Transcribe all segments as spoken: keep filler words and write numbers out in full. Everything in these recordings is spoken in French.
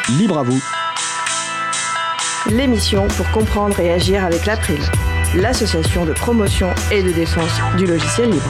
Libre à vous. L'émission pour comprendre et agir avec l'April, l'association de promotion et de défense du logiciel libre.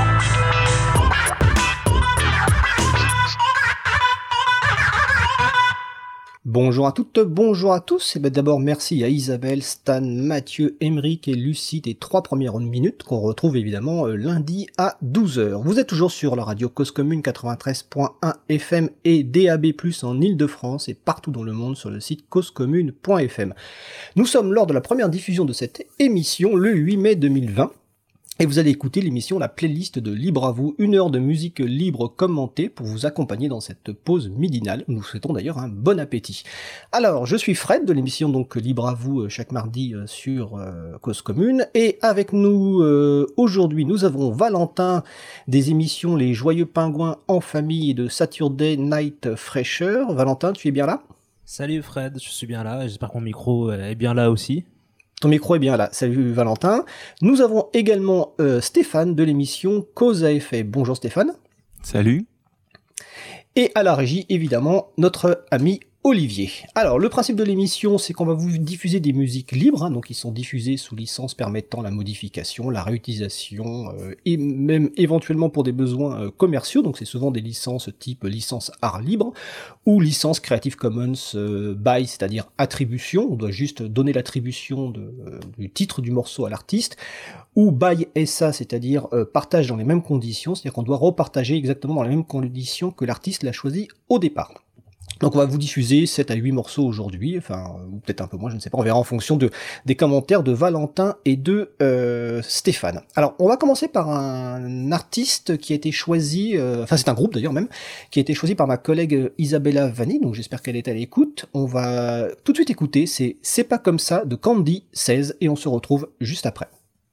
Bonjour à toutes, bonjour à tous. Et bien d'abord merci à Isabelle, Stan, Mathieu, Émeric et Lucie des trois premières minutes qu'on retrouve évidemment lundi à douze heures. Vous êtes toujours sur la radio Cause Commune quatre-vingt-treize point un F M et D A B plus, en Ile-de-France et partout dans le monde sur le site cause commune point f m. Nous sommes lors de la première diffusion de cette émission le huit mai deux mille vingt. Et vous allez écouter l'émission La Playlist de Libre à vous, une heure de musique libre commentée pour vous accompagner dans cette pause midinale. Nous vous souhaitons d'ailleurs un bon appétit. Alors, je suis Fred de l'émission donc Libre à vous chaque mardi sur euh, Cause Commune. Et avec nous euh, aujourd'hui, nous avons Valentin des émissions Les Joyeux Pingouins en famille de Saturday Night Fresher. Valentin, tu es bien là ? Salut Fred, je suis bien là. J'espère que mon micro est bien là aussi. Ton micro est bien là. Salut Valentin. Nous avons également euh, Stéphane de l'émission Cause à effet. Bonjour Stéphane. Salut. Et à la régie, évidemment, notre ami Olivier. Alors, le principe de l'émission, c'est qu'on va vous diffuser des musiques libres, hein, donc ils sont diffusées sous licence permettant la modification, la réutilisation, euh, et même éventuellement pour des besoins euh, commerciaux, donc c'est souvent des licences type licence art libre, ou licence Creative Commons euh, by, c'est-à-dire attribution, on doit juste donner l'attribution de, euh, du titre du morceau à l'artiste, ou by S A, c'est-à-dire euh, partage dans les mêmes conditions, c'est-à-dire qu'on doit repartager exactement dans les mêmes conditions que l'artiste l'a choisi au départ. Donc on va vous diffuser sept à huit morceaux aujourd'hui, enfin, ou peut-être un peu moins, je ne sais pas, on verra en fonction de, des commentaires de Valentin et de euh, Stéphane. Alors, on va commencer par un artiste qui a été choisi, euh, enfin c'est un groupe d'ailleurs même, qui a été choisi par ma collègue Isabella Vanni, donc j'espère qu'elle est à l'écoute. On va tout de suite écouter, c'est « C'est pas comme ça » de Candy seize, et on se retrouve juste après.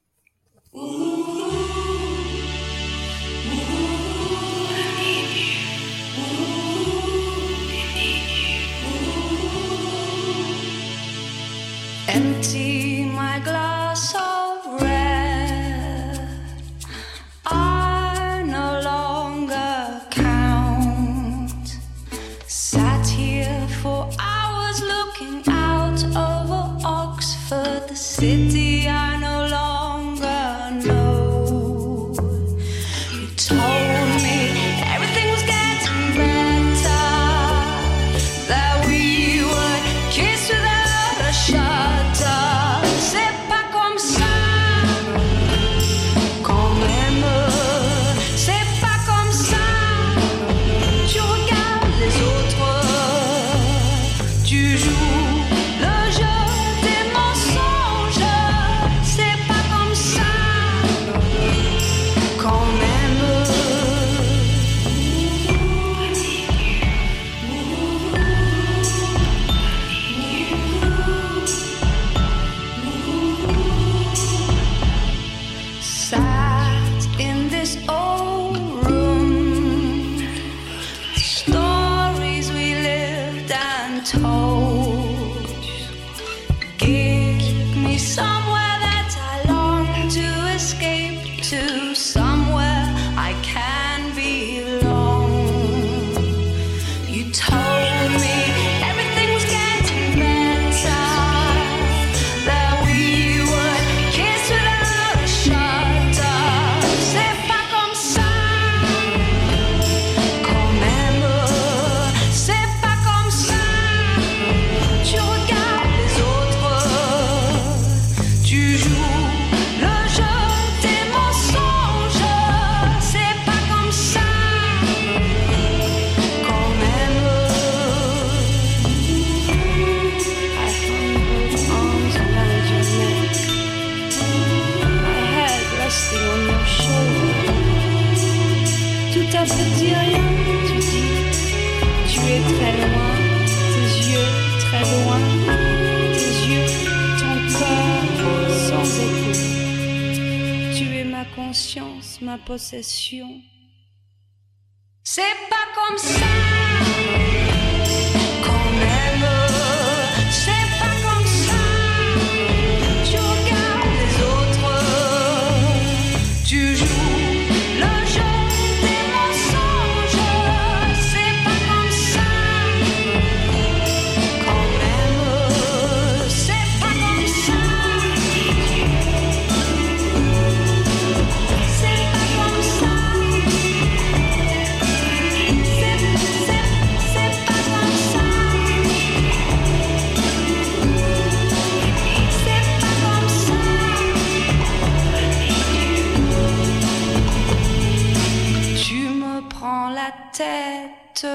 Empty my glass of red, I no longer count. Sat here for hours looking out over Oxford, the city I no longer know. You told me everything was getting better, that we would kiss without a shot. Ma possession. C'est pas comme ça. Quand même, c'est pas comme ça. Tu regardes les autres, tu joues le jeu des mensonges. C'est pas comme ça. bête.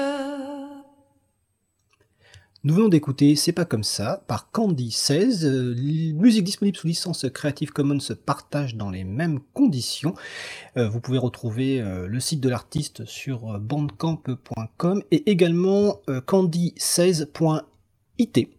Nous venons d'écouter C'est pas comme ça par Candy seize, euh, li- musique disponible sous licence Creative Commons partage dans les mêmes conditions. Euh, vous pouvez retrouver euh, le site de l'artiste sur euh, bandcamp point com et également euh, candy seize point I T.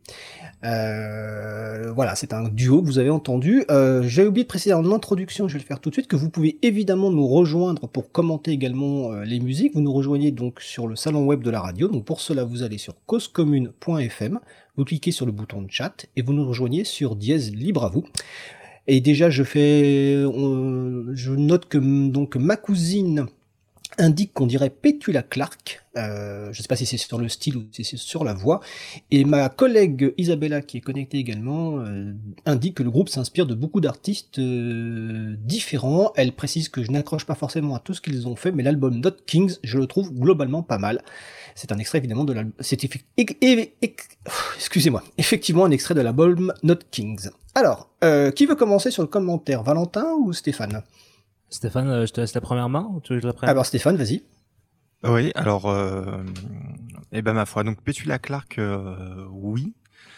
Euh, voilà, c'est un duo que vous avez entendu. Euh, J'ai oublié de préciser en introduction, je vais le faire tout de suite, que vous pouvez évidemment nous rejoindre pour commenter également euh, les musiques. Vous nous rejoignez donc sur le salon web de la radio. Donc pour cela, vous allez sur causecommune point f m, vous cliquez sur le bouton de chat et vous nous rejoignez sur dièse libre à vous. Et déjà, je fais, euh, je note que donc ma cousine indique qu'on dirait Petula Clark. Euh, je ne sais pas si c'est sur le style ou si c'est sur la voix. Et ma collègue Isabella, qui est connectée également, euh, indique que le groupe s'inspire de beaucoup d'artistes euh, différents. Elle précise que je n'accroche pas forcément à tout ce qu'ils ont fait, mais l'album Not Kings, je le trouve globalement pas mal. C'est un extrait évidemment de l'album. C'est effe- ex- ex- ex- excusez-moi, effectivement un extrait de l'album Not Kings. Alors, euh, qui veut commencer sur le commentaire, Valentin ou Stéphane? Stéphane, euh, je te laisse la première main ou tu veux que je la prenne? Alors Stéphane, vas-y. Oui, alors, euh, eh ben ma foi, donc Petula Clark, euh, oui.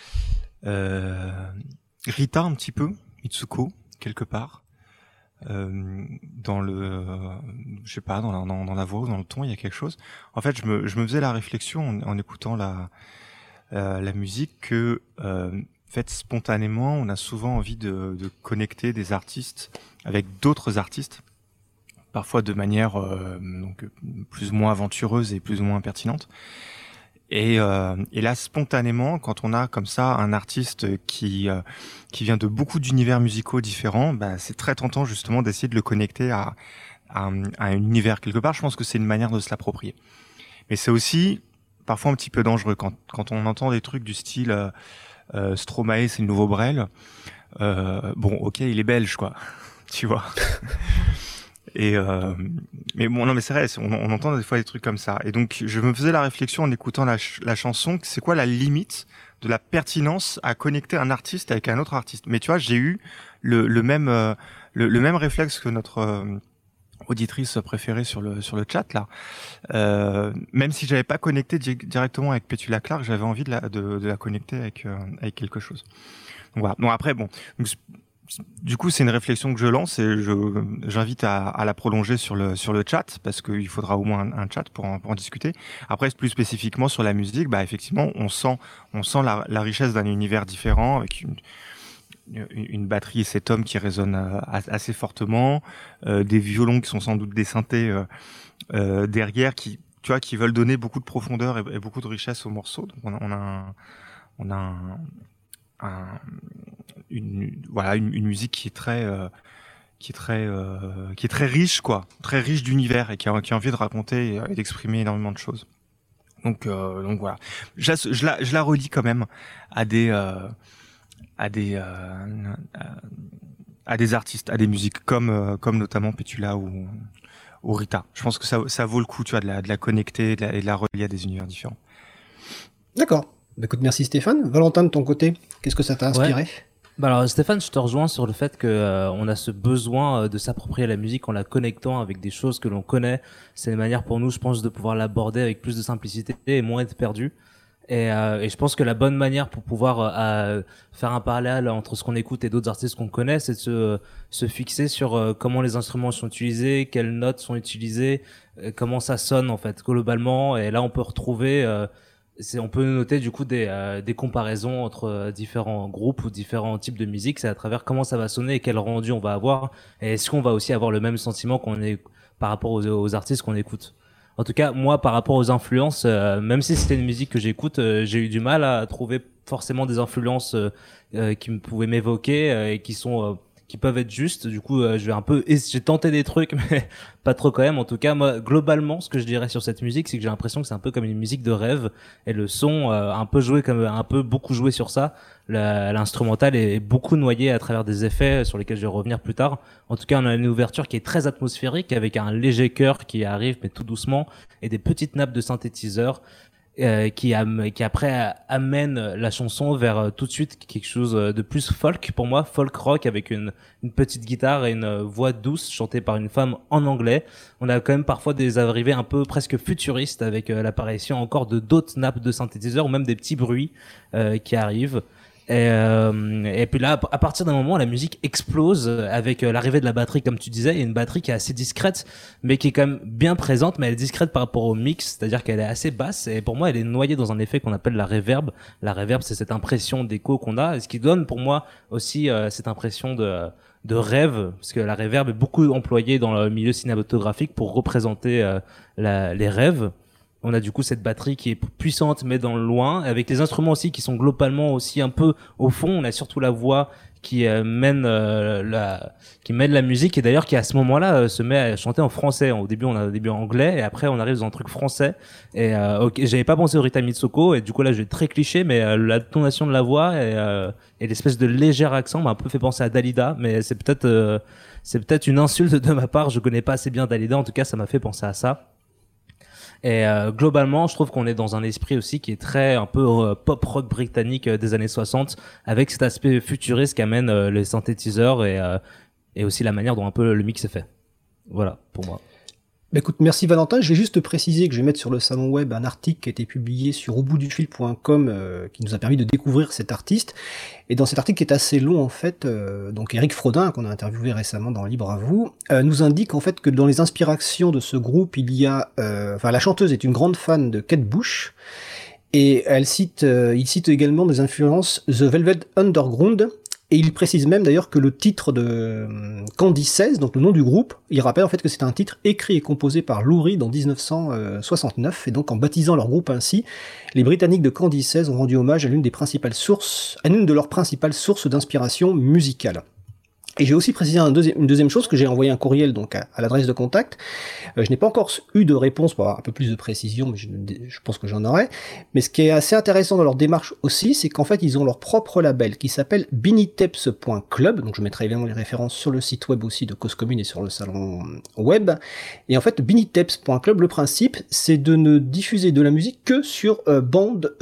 Euh, Rita un petit peu, Mitsuko quelque part. Euh, dans le, je sais pas, dans la, dans, dans la voix ou dans le ton, il y a quelque chose. En fait, je me, je me faisais la réflexion en, en écoutant la, euh, la musique que, euh, en fait, spontanément, on a souvent envie de, de connecter des artistes avec d'autres artistes, parfois de manière euh, donc plus ou moins aventureuse et plus ou moins pertinente. Et, euh, et là, spontanément, quand on a comme ça un artiste qui euh, qui vient de beaucoup d'univers musicaux différents, bah, c'est très tentant justement d'essayer de le connecter à, à, à un univers quelque part. Je pense que c'est une manière de se l'approprier. Mais c'est aussi parfois un petit peu dangereux quand quand on entend des trucs du style euh, euh, Stromae, c'est le nouveau Brel. Euh, bon, ok, il est belge, quoi. Tu vois. Et euh, mais bon, non, mais c'est vrai, on, on entend des fois des trucs comme ça. Et donc, je me faisais la réflexion en écoutant la, ch- la chanson, c'est quoi la limite de la pertinence à connecter un artiste avec un autre artiste. Mais tu vois, j'ai eu le, le même euh, le, le même réflexe que notre euh, auditrice préférée sur le sur le chat là. Euh, même si j'avais pas connecté di- directement avec Petula Clark, j'avais envie de la de, de la connecter avec euh, avec quelque chose. Donc voilà. Bon après bon. Donc, du coup, c'est une réflexion que je lance et je, j'invite à, à la prolonger sur le, sur le chat parce qu'il faudra au moins un, un chat pour en, pour en discuter. Après, plus spécifiquement sur la musique, bah, effectivement, on sent, on sent la, la richesse d'un univers différent avec une, une, une batterie et cet homme qui résonne euh, assez fortement, euh, des violons qui sont sans doute des synthés euh, euh, derrière qui, tu vois, qui veulent donner beaucoup de profondeur et, et beaucoup de richesse au morceau. Donc, on a, on a un, on a un, un une voilà une, une musique qui est très euh, qui est très euh, qui est très riche quoi, très riche d'univers et qui a, qui a envie de raconter et, et d'exprimer énormément de choses. Donc euh, donc voilà, je, je la je la relie quand même à des euh, à des euh, à des artistes, à des musiques comme euh, comme notamment Petula ou ou Rita. Je pense que ça ça vaut le coup, tu vois, de la de la connecter, de la, et de la relier à des univers différents. D'accord. Bah, écoute, merci Stéphane. Valentin, de ton côté, qu'est-ce que ça t'a inspiré? Ouais. Bah alors Stéphane, je te rejoins sur le fait que euh, on a ce besoin euh, de s'approprier la musique en la connectant avec des choses que l'on connaît. C'est une manière pour nous, je pense, de pouvoir l'aborder avec plus de simplicité et moins être perdu. Et, euh, et je pense que la bonne manière pour pouvoir euh, faire un parallèle entre ce qu'on écoute et d'autres artistes qu'on connaît, c'est de se, se fixer sur euh, comment les instruments sont utilisés, quelles notes sont utilisées, euh, comment ça sonne en fait globalement. Et là, on peut retrouver, euh, c'est, on peut noter du coup des, euh, des comparaisons entre euh, différents groupes ou différents types de musique. C'est à travers comment ça va sonner et quel rendu on va avoir. Et est-ce qu'on va aussi avoir le même sentiment qu'on est par rapport aux, aux artistes qu'on écoute. En tout cas, moi, par rapport aux influences, euh, même si c'était une musique que j'écoute, euh, j'ai eu du mal à trouver forcément des influences euh, euh, qui me pouvaient m'évoquer euh, et qui sont, euh, qui peuvent être justes. Du coup, euh, je vais un peu, j'ai tenté des trucs, mais pas trop quand même. En tout cas, moi, globalement, ce que je dirais sur cette musique, c'est que j'ai l'impression que c'est un peu comme une musique de rêve et le son, euh, un peu joué comme, un peu beaucoup joué sur ça. La, l'instrumental est beaucoup noyé à travers des effets sur lesquels je vais revenir plus tard. En tout cas, on a une ouverture qui est très atmosphérique avec un léger chœur qui arrive mais tout doucement et des petites nappes de synthétiseurs. euh, qui, am- qui après amène la chanson vers euh, tout de suite quelque chose de plus folk pour moi, folk rock avec une, une petite guitare et une voix douce chantée par une femme en anglais. On a quand même parfois des arrivées un peu presque futuristes avec euh, l'apparition encore de d'autres nappes de synthétiseurs ou même des petits bruits euh, qui arrivent. Et, euh, et puis là, à partir d'un moment, la musique explose avec euh, l'arrivée de la batterie, comme tu disais. Il y a une batterie qui est assez discrète, mais qui est quand même bien présente, mais elle est discrète par rapport au mix, c'est-à-dire qu'elle est assez basse. Et pour moi, elle est noyée dans un effet qu'on appelle la reverb. La reverb, c'est cette impression d'écho qu'on a, et ce qui donne pour moi aussi euh, cette impression de de rêve, parce que la reverb est beaucoup employée dans le milieu cinématographique pour représenter euh, la, les rêves. On a du coup cette batterie qui est puissante mais dans le loin, avec les instruments aussi qui sont globalement aussi un peu au fond. On a surtout la voix qui euh, mène euh, la qui mène la musique, et d'ailleurs qui à ce moment-là euh, se met à chanter en français. Au début on a au début en anglais, et après on arrive dans un truc français. Et euh, ok, j'avais pas pensé au Rita Mitsoko, et du coup là je vais être très cliché, mais euh, la tonation de la voix et, euh, et l'espèce de léger accent m'a un peu fait penser à Dalida, mais c'est peut-être euh, c'est peut-être une insulte de ma part. Je connais pas assez bien Dalida, en tout cas ça m'a fait penser à ça. Et euh, globalement, je trouve qu'on est dans un esprit aussi qui est très un peu euh, pop rock britannique euh, des années soixante, avec cet aspect futuriste qu'amènent euh, les synthétiseurs et euh, et aussi la manière dont un peu le mix est fait. Voilà pour moi. Bah écoute, merci Valentin. Je vais juste te préciser que je vais mettre sur le salon web un article qui a été publié sur au bout du fil point com euh, qui nous a permis de découvrir cet artiste. Et dans cet article qui est assez long en fait, euh, donc Eric Frodin, qu'on a interviewé récemment dans Libre à vous, euh, nous indique en fait que dans les inspirations de ce groupe, il y a, euh, enfin la chanteuse est une grande fan de Kate Bush, et elle cite, euh, il cite également des influences The Velvet Underground. Et il précise même d'ailleurs que le titre de Candy seize, donc le nom du groupe, il rappelle en fait que c'est un titre écrit et composé par Lou Reed en dix-neuf cent soixante-neuf, et donc en baptisant leur groupe ainsi, les Britanniques de Candy seize ont rendu hommage à l'une des principales sources, à l'une de leurs principales sources d'inspiration musicale. Et j'ai aussi précisé un deuxième, une deuxième chose, que j'ai envoyé un courriel donc à, à l'adresse de contact. Euh, je n'ai pas encore eu de réponse pour avoir un peu plus de précision, mais je, je pense que j'en aurai. Mais ce qui est assez intéressant dans leur démarche aussi, c'est qu'en fait ils ont leur propre label qui s'appelle biniteps point club. Donc je mettrai évidemment les références sur le site web aussi de Cause Commune et sur le salon web. Et en fait biniteps point club, le principe c'est de ne diffuser de la musique que sur euh, bande,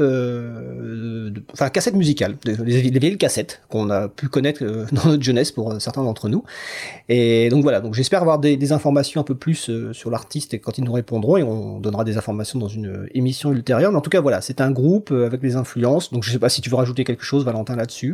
euh, de, enfin cassette musicale, de, les, les vieilles cassettes qu'on a pu connaître euh, dans notre jeunesse pour certains d'entre nous. Et donc voilà, donc j'espère avoir des, des informations un peu plus euh, sur l'artiste et quand ils nous répondront, et on donnera des informations dans une émission ultérieure. Mais en tout cas voilà, c'est un groupe euh, avec des influences. Donc je sais pas si tu veux rajouter quelque chose, Valentin, là-dessus.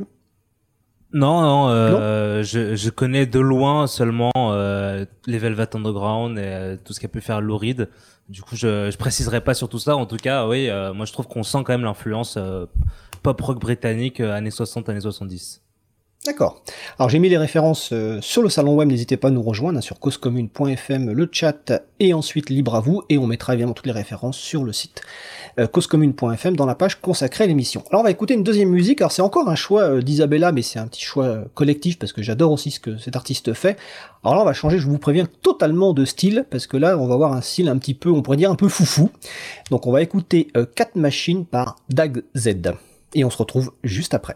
Non, non, euh, non je, je connais de loin seulement euh, les Velvet Underground et euh, tout ce qu'a pu faire Lou Reed. Du coup, je, je préciserai pas sur tout ça. En tout cas, oui, euh, moi je trouve qu'on sent quand même l'influence euh, pop rock britannique euh, années soixante, années soixante-dix. D'accord. Alors j'ai mis les références euh, sur le salon web, n'hésitez pas à nous rejoindre hein, sur cause commune point f m, le chat et ensuite libre à vous, et on mettra évidemment toutes les références sur le site euh, cause commune point f m dans la page consacrée à l'émission. Alors on va écouter une deuxième musique, alors c'est encore un choix euh, d'Isabella, mais c'est un petit choix euh, collectif parce que j'adore aussi ce que cet artiste fait. Alors là on va changer, je vous préviens, totalement de style, parce que là on va avoir un style un petit peu, on pourrait dire un peu foufou. Donc on va écouter euh, Cat Machine par Dag Z, et on se retrouve juste après.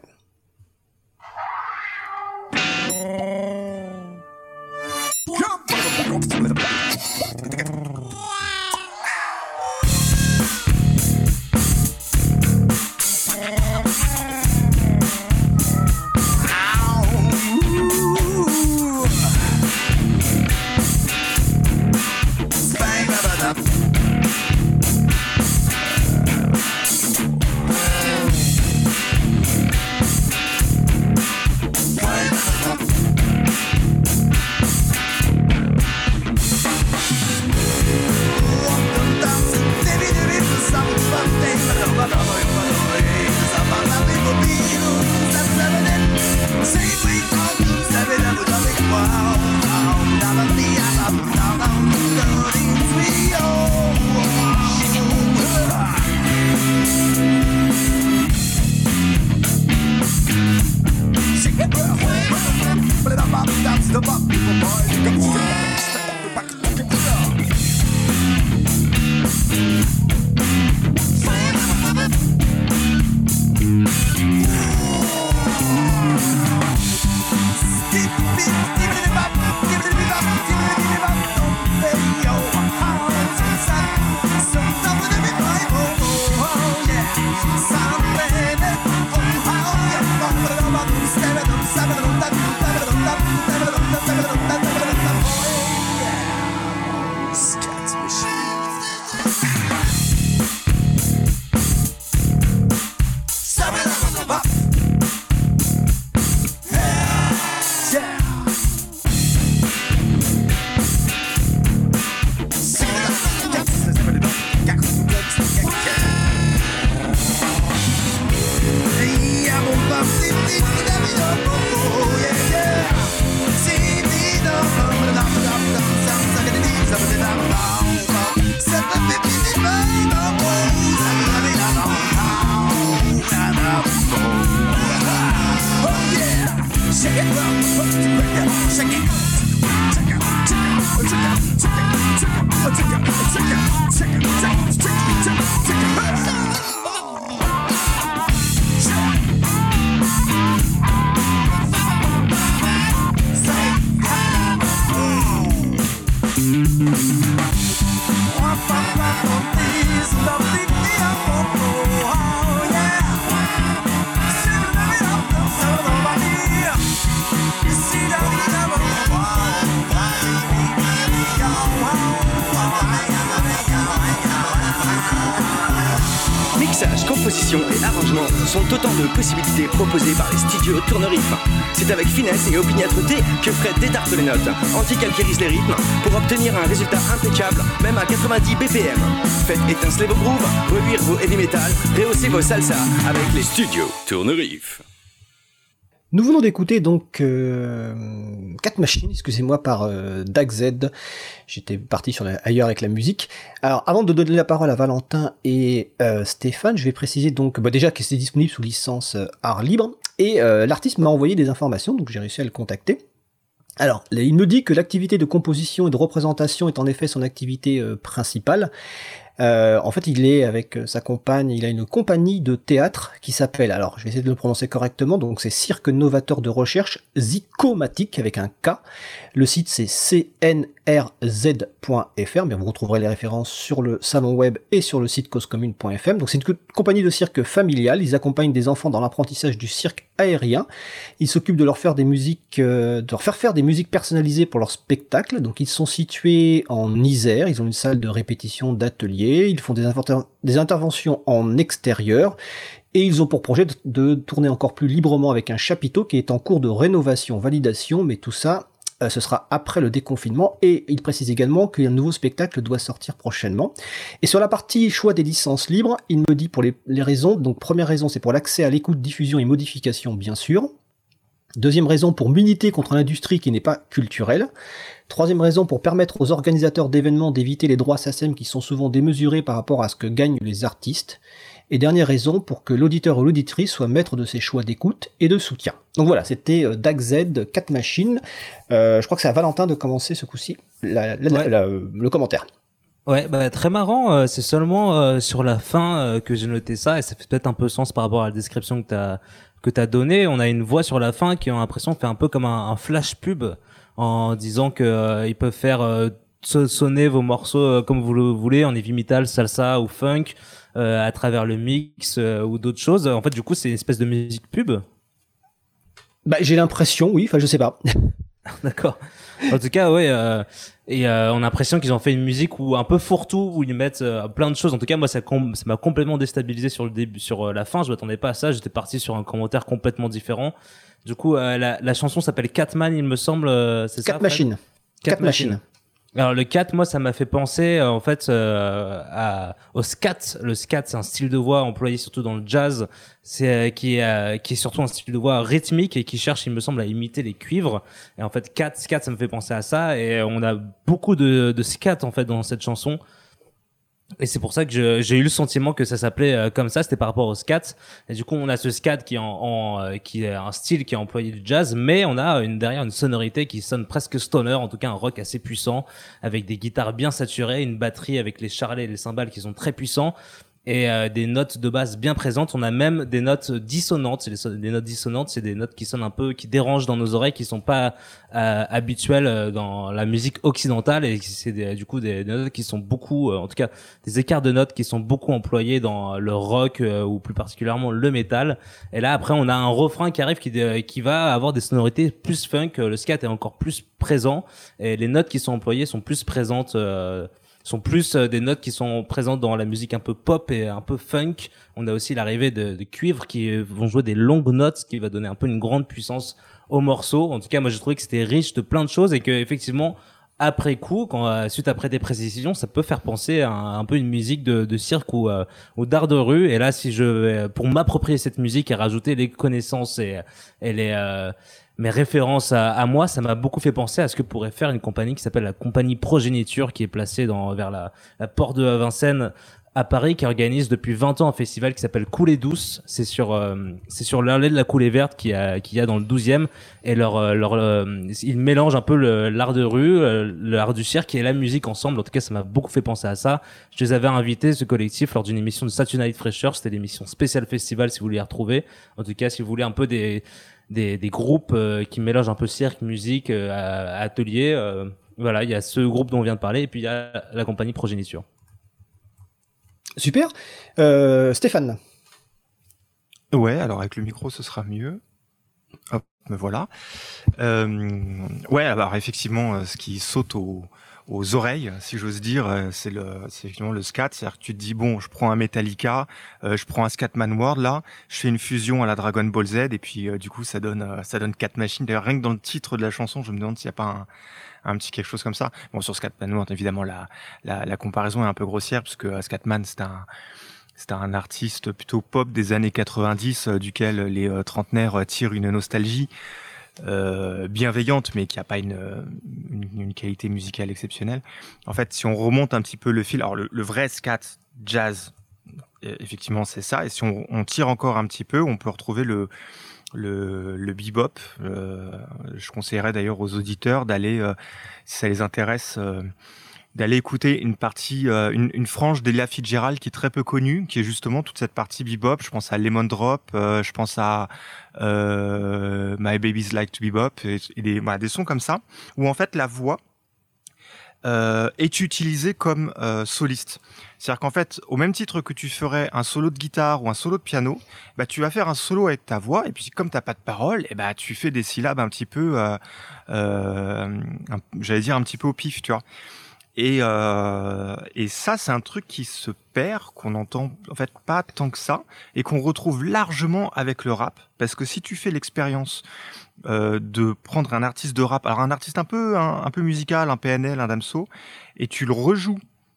Mixage, composition et arrangement sont autant de possibilités proposées par les studios Tournerif. C'est avec finesse et opiniâtreté que Fred détarte les notes, anti-calquérise les rythmes pour obtenir un résultat impeccable, même à quatre-vingt-dix B P M. Faites étinceler vos grooves, reluire vos heavy metal, rehaussez vos salsa avec les studios Tournerif. Nous venons d'écouter donc euh, Cat Machine, excusez-moi, par euh, Dag Z. J'étais parti sur la, ailleurs avec la musique. Alors, avant de donner la parole à Valentin et euh, Stéphane, je vais préciser donc bah, déjà que c'est disponible sous licence euh, art libre. Et euh, l'artiste m'a envoyé des informations, donc j'ai réussi à le contacter. Alors, il me dit que l'activité de composition et de représentation est en effet son activité euh, principale. Euh, en fait, il est avec sa compagne, il a une compagnie de théâtre qui s'appelle, alors je vais essayer de le prononcer correctement, donc c'est Cirque Novateur de Recherche Zycomatique avec un K. Le site c'est c n r z point f r, mais vous retrouverez les références sur le salon web et sur le site cause commune point f m. Donc c'est une compagnie de cirque familiale, ils accompagnent des enfants dans l'apprentissage du cirque aérien. Ils s'occupent de leur faire des musiques, euh, de leur faire faire des musiques personnalisées pour leurs spectacles. Donc ils sont situés en Isère, ils ont une salle de répétition d'atelier, ils font des, inter- des interventions en extérieur. Et ils ont pour projet de, de tourner encore plus librement avec un chapiteau qui est en cours de rénovation, validation, mais tout ça, euh, ce sera après le déconfinement. Et il précise également qu'un nouveau spectacle doit sortir prochainement. Et sur la partie choix des licences libres, il me dit pour les, les raisons. Donc première raison, c'est pour l'accès à l'écoute, diffusion et modification, bien sûr. Deuxième raison, pour militer contre l'industrie qui n'est pas culturelle. Troisième raison, pour permettre aux organisateurs d'événements d'éviter les droits S A C E M qui sont souvent démesurés par rapport à ce que gagnent les artistes. Et dernière raison, pour que l'auditeur ou l'auditrice soit maître de ses choix d'écoute et de soutien. Donc voilà, c'était euh, Dag Z, Cat Machine. Euh, je crois que c'est à Valentin de commencer ce coup-ci la, la, Ouais. la, euh, le commentaire. Ouais, bah très marrant. euh, c'est seulement euh, sur la fin euh, que j'ai noté ça, et ça fait peut-être un peu sens par rapport à la description que t'as que t'as donnée. On a une voix sur la fin qui, a l'impression, fait un peu comme un, un flash pub en disant que euh, ils peuvent faire euh, so- sonner vos morceaux euh, comme vous le voulez, en heavy metal, salsa ou funk, euh, à travers le mix euh, ou d'autres choses. En fait, du coup, c'est une espèce de musique pub. Bah, j'ai l'impression, oui, enfin je sais pas. D'accord. En tout cas, ouais. Euh, et euh, on a l'impression qu'ils ont fait une musique où un peu fourre-tout, où ils mettent euh, plein de choses. En tout cas, moi, ça, com- ça m'a complètement déstabilisé sur le début, sur euh, la fin. Je m'attendais pas à ça. J'étais parti sur un commentaire complètement différent. Du coup, euh, la, la chanson s'appelle Catman, il me semble. Euh, c'est ça. Cat Fred Machine. Cat Cat Machine. Alors le cat, moi, ça m'a fait penser euh, en fait euh, à, au scat. Le scat, c'est un style de voix employé surtout dans le jazz, c'est euh, qui est euh, qui est surtout un style de voix rythmique et qui cherche, il me semble, à imiter les cuivres. Et en fait, cat, scat, ça me fait penser à ça. Et on a beaucoup de, de scat en fait dans cette chanson. Et c'est pour ça que je, j'ai eu le sentiment que ça s'appelait euh, comme ça, c'était par rapport au scat. Et du coup, on a ce scat qui est en, en euh, qui est un style qui est employé du jazz, mais on a une derrière une sonorité qui sonne presque stoner, en tout cas un rock assez puissant, avec des guitares bien saturées, une batterie avec les charlets et les cymbales qui sont très puissants, et euh, des notes de basse bien présentes. On a même des notes dissonantes. C'est des, so- des notes dissonantes, c'est des notes qui sonnent un peu, qui dérangent dans nos oreilles, qui sont pas euh, habituelles euh, dans la musique occidentale, et c'est des, du coup des, des notes qui sont beaucoup, euh, en tout cas des écarts de notes qui sont beaucoup employés dans le rock euh, ou plus particulièrement le métal. Et là après on a un refrain qui arrive qui, euh, qui va avoir des sonorités plus funk. Le scat est encore plus présent et les notes qui sont employées sont plus présentes. Euh, sont plus euh, des notes qui sont présentes dans la musique un peu pop et un peu funk. On a aussi l'arrivée de, de cuivres qui euh, vont jouer des longues notes, ce qui va donner un peu une grande puissance au morceau. En tout cas, moi, j'ai trouvé que c'était riche de plein de choses et que, effectivement, après coup, quand euh, suite après des précisions, ça peut faire penser à un, un peu une musique de, de cirque ou, euh, ou d'art de rue. Et là, si je vais, pour m'approprier cette musique et rajouter les connaissances et, et les euh, mes références à, à moi, ça m'a beaucoup fait penser à ce que pourrait faire une compagnie qui s'appelle la compagnie Progéniture, qui est placée dans vers la, la porte de Vincennes à Paris qui organise depuis vingt ans un festival qui s'appelle Coulée Douce. C'est sur euh, c'est sur l'allée de la Coulée Verte qui a qui a dans le douzième et leur euh, leur euh, ils mélangent un peu le, l'art de rue, euh, l'art du cirque et la musique ensemble. En tout cas, ça m'a beaucoup fait penser à ça. Je les avais invités, ce collectif, lors d'une émission de Saturday Night Fresher. C'était l'émission spéciale festival si vous voulez les retrouver. En tout cas, si vous voulez un peu des des des groupes euh, qui mélangent un peu cirque, musique, euh, à, à atelier, euh, voilà, il y a ce groupe dont on vient de parler et puis il y a la compagnie Progéniture. Super. Euh, Stéphane. Ouais, alors avec le micro, ce sera mieux. Hop, me voilà. Euh, ouais, alors effectivement, euh, ce qui saute aux, aux oreilles, si j'ose dire, euh, c'est le, c'est effectivement le scat. C'est-à-dire que tu te dis bon, je prends un Metallica, euh, je prends un Scatman World là, je fais une fusion à la Dragon Ball Z et puis euh, du coup ça donne, euh, ça donne quatre machines. D'ailleurs, rien que dans le titre de la chanson, je me demande s'il n'y a pas un un petit quelque chose comme ça. Bon, sur Scatman World, évidemment, la, la, la comparaison est un peu grossière parce que euh, Scatman, c'est un, c'est un artiste plutôt pop des années quatre-vingt-dix, euh, duquel les euh, trentenaires euh, tirent une nostalgie euh, bienveillante, mais qui n'a pas une, une, une qualité musicale exceptionnelle. En fait, si on remonte un petit peu le fil, alors le, le vrai scat jazz, effectivement, c'est ça. Et si on, on tire encore un petit peu, on peut retrouver le le, le bebop. Euh, je conseillerais d'ailleurs aux auditeurs d'aller, euh, si ça les intéresse, euh, d'aller écouter une partie, euh, une, une frange d'Ella Fitzgerald qui est très peu connue, qui est justement toute cette partie bebop. Je pense à Lemon Drop, euh, je pense à euh, My Baby's Like to Bebop, et, et des, voilà, des sons comme ça, où en fait la voix euh, est utilisée comme euh, soliste. C'est-à-dire qu'en fait, au même titre que tu ferais un solo de guitare ou un solo de piano, bah tu vas faire un solo avec ta voix, et puis comme t'as pas de parole, et bah tu fais des syllabes un petit peu, euh, euh, un, j'allais dire un petit peu au pif, tu vois. Et, euh, et ça, c'est un truc qui se perd, qu'on entend en fait pas tant que ça, et qu'on retrouve largement avec le rap. Parce que si tu fais l'expérience euh, de prendre un artiste de rap, alors un artiste un peu un, un peu musical, un P N L, un Damso, et tu le rejoues,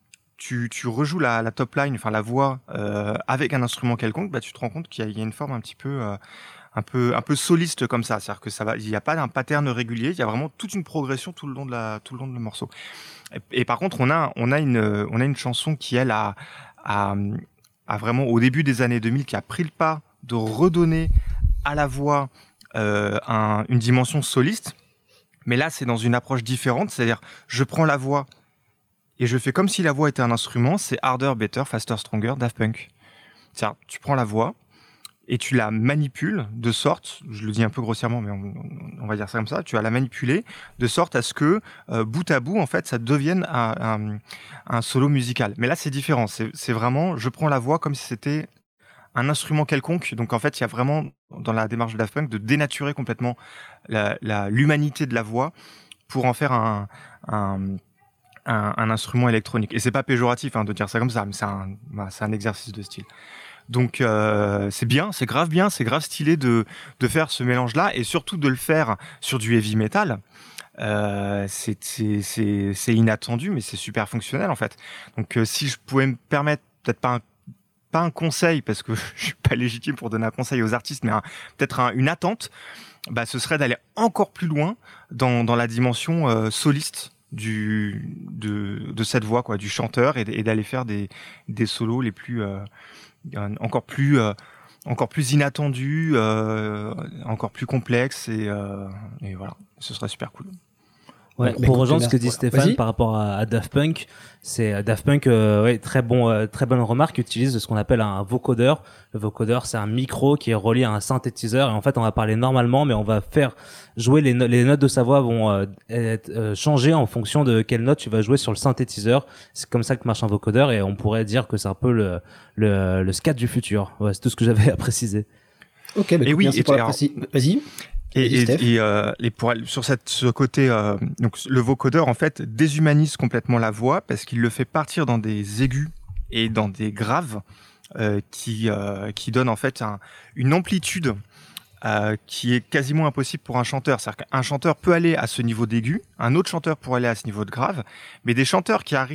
tu, tu rejoues la, la top line, enfin la voix euh, avec un instrument quelconque, bah tu te rends compte qu'il y a, il y a une forme un petit peu euh, un peu un peu soliste comme ça. C'est-à-dire que ça va, il n'y a pas d'un pattern régulier, il y a vraiment toute une progression tout le long de la tout le long de le morceau. Et, et par contre, on a on a une on a une chanson qui elle a, a a vraiment au début des années deux mille qui a pris le pas de redonner à la voix euh, un, une dimension soliste. Mais là, c'est dans une approche différente, c'est-à-dire je prends la voix et je fais comme si la voix était un instrument. C'est Harder, Better, Faster, Stronger, Daft Punk. C'est-à-dire, tu prends la voix et tu la manipules de sorte, je le dis un peu grossièrement, mais on, on va dire ça comme ça, tu vas la manipuler de sorte à ce que, euh, bout à bout, en fait, ça devienne un, un, un solo musical. Mais là, c'est différent. C'est, c'est vraiment, je prends la voix comme si c'était un instrument quelconque. Donc, en fait, il y a vraiment, dans la démarche de Daft Punk, de dénaturer complètement la, la, l'humanité de la voix pour en faire un... un Un, un instrument électronique. Et c'est pas péjoratif hein, de dire ça comme ça, mais c'est un, bah, c'est un exercice de style. Donc euh, c'est bien, c'est grave bien, c'est grave stylé de de faire ce mélange-là et surtout de le faire sur du heavy metal. Euh, c'est c'est c'est c'est inattendu, mais c'est super fonctionnel en fait. Donc euh, si je pouvais me permettre, peut-être pas un pas un conseil parce que je suis pas légitime pour donner un conseil aux artistes, mais un, peut-être un, une attente, bah ce serait d'aller encore plus loin dans dans la dimension euh, soliste du de de cette voix quoi, du chanteur, et, et d'aller faire des des solos les plus euh, encore plus euh, encore plus inattendus, euh, encore plus complexes, et euh, et voilà, ce serait super cool. Ouais, Donc, pour rejoindre ce que dit voilà. Stéphane Vas-y. par rapport à, à Daft Punk, c'est euh, Daft Punk, euh, ouais, très bon, euh, très bonne remarque, utilise ce qu'on appelle un vocodeur. Le vocodeur, c'est un micro qui est relié à un synthétiseur, et en fait, on va parler normalement, mais on va faire jouer les, no- les notes de sa voix vont euh, être, euh, changer en fonction de quelle note tu vas jouer sur le synthétiseur. C'est comme ça que marche un vocodeur, et on pourrait dire que c'est un peu le le, le scat du futur. Ouais, c'est tout ce que j'avais à préciser. Ok, bah, Et oui, merci et pour la alors- préci- Vas-y. Et, Vas-y, Steph. et, et, euh, et pour aller sur cette, ce côté, euh, donc le vocodeur en fait déshumanise complètement la voix parce qu'il le fait partir dans des aigus et dans des graves euh, qui euh, qui donnent en fait un, une amplitude euh, qui est quasiment impossible pour un chanteur. C'est-à-dire qu'un chanteur peut aller à ce niveau d'aigu, un autre chanteur pourrait aller à ce niveau de grave, mais des chanteurs qui arrivent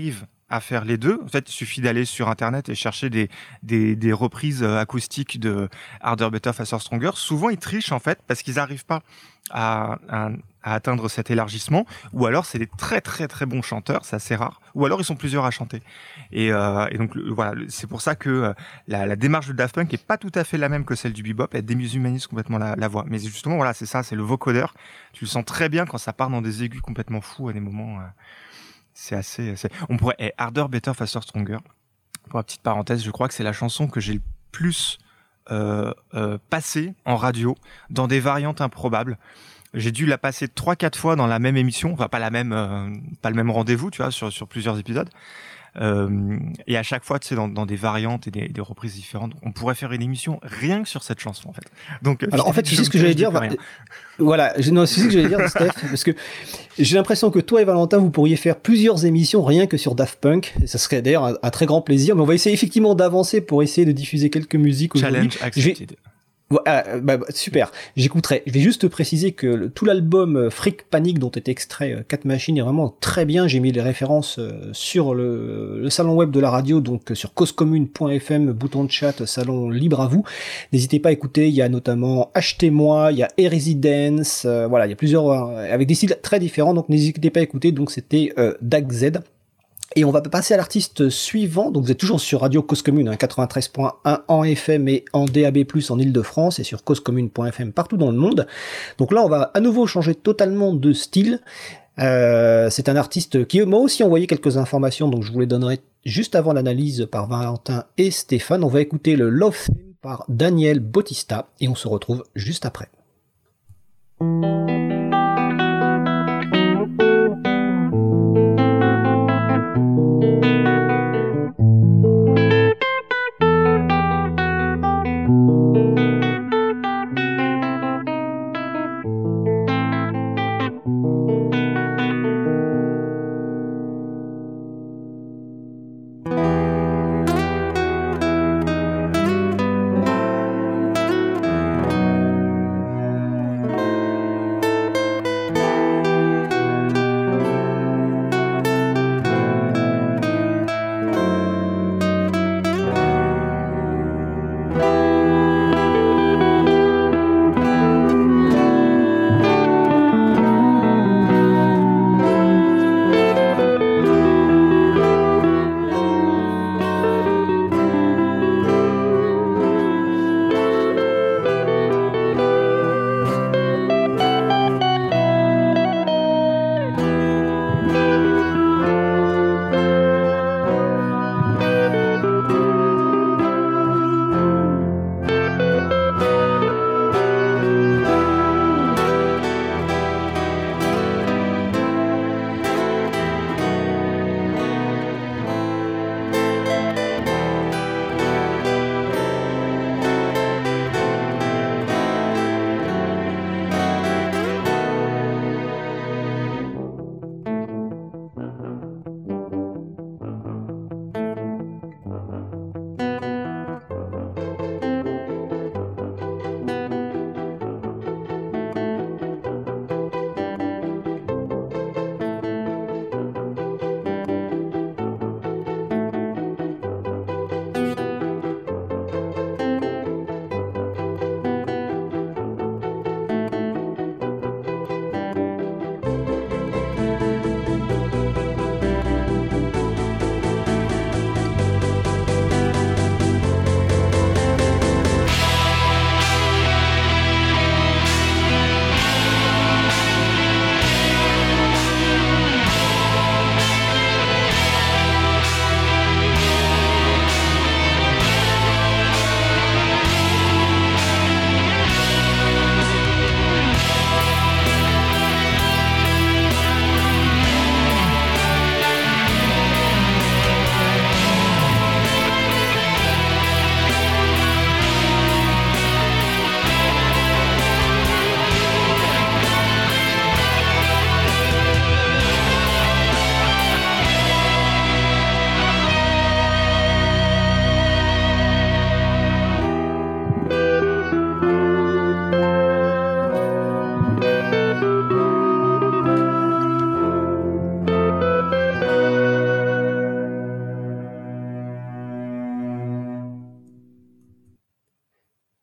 à faire les deux. En fait, il suffit d'aller sur Internet et chercher des, des, des reprises acoustiques de Harder, Better, Faster, Stronger. Souvent, ils trichent, en fait, parce qu'ils n'arrivent pas à, à, à atteindre cet élargissement, ou alors c'est des très très très bons chanteurs, c'est assez rare, ou alors ils sont plusieurs à chanter. Et, euh, et donc le, voilà, c'est pour ça que euh, la, la démarche de Daft Punk est pas tout à fait la même que celle du bebop, elle déshumanise complètement la, la voix. Mais justement, voilà, c'est ça, c'est le vocodeur. Tu le sens très bien quand ça part dans des aigus complètement fous à des moments. Euh, c'est assez, c'est... on pourrait, hey, Harder, Better, Faster, Stronger. Pour la petite parenthèse, je crois que c'est la chanson que j'ai le plus euh, euh, passée en radio dans des variantes improbables. J'ai dû la passer trois quatre fois dans la même émission, enfin pas la même, euh, pas le même rendez-vous, tu vois, sur sur plusieurs épisodes. Euh, et à chaque fois, tu sais, dans, dans des variantes et des, des reprises différentes, on pourrait faire une émission rien que sur cette chanson, en fait. Donc, alors en fait, tu sais ce que j'allais dire. Voilà, non, c'est ce que j'allais dire, Steph, parce que j'ai l'impression que toi et Valentin, vous pourriez faire plusieurs émissions rien que sur Daft Punk. Et ça serait d'ailleurs un, un très grand plaisir. Mais on va essayer effectivement d'avancer pour essayer de diffuser quelques musiques aujourd'hui. Challenge accepted. Ah, bah, bah, super, j'écouterai. Je vais juste préciser que le, tout l'album Freak Panic dont est extrait euh, quatre machines est vraiment très bien. J'ai mis les références euh, sur le, le salon web de la radio, donc euh, sur cause commune point f m, bouton de chat, salon libre à vous. N'hésitez pas à écouter, il y a notamment Achetez-moi, il y a E-Residence, euh, voilà, il y a plusieurs, euh, avec des styles très différents, donc n'hésitez pas à écouter. Donc c'était euh, D A G Z. Et on va passer à l'artiste suivant. Donc vous êtes toujours sur Radio Cause Commune, hein, quatre-vingt-treize point un en F M et en D A B plus, en Ile-de-France, et sur cause commune point f m partout dans le monde. Donc là, on va à nouveau changer totalement de style. Euh, c'est un artiste qui m'a aussi envoyé quelques informations, donc je vous les donnerai juste avant l'analyse par Valentin et Stéphane. On va écouter le Love Theme par Daniel Bautista, et on se retrouve juste après.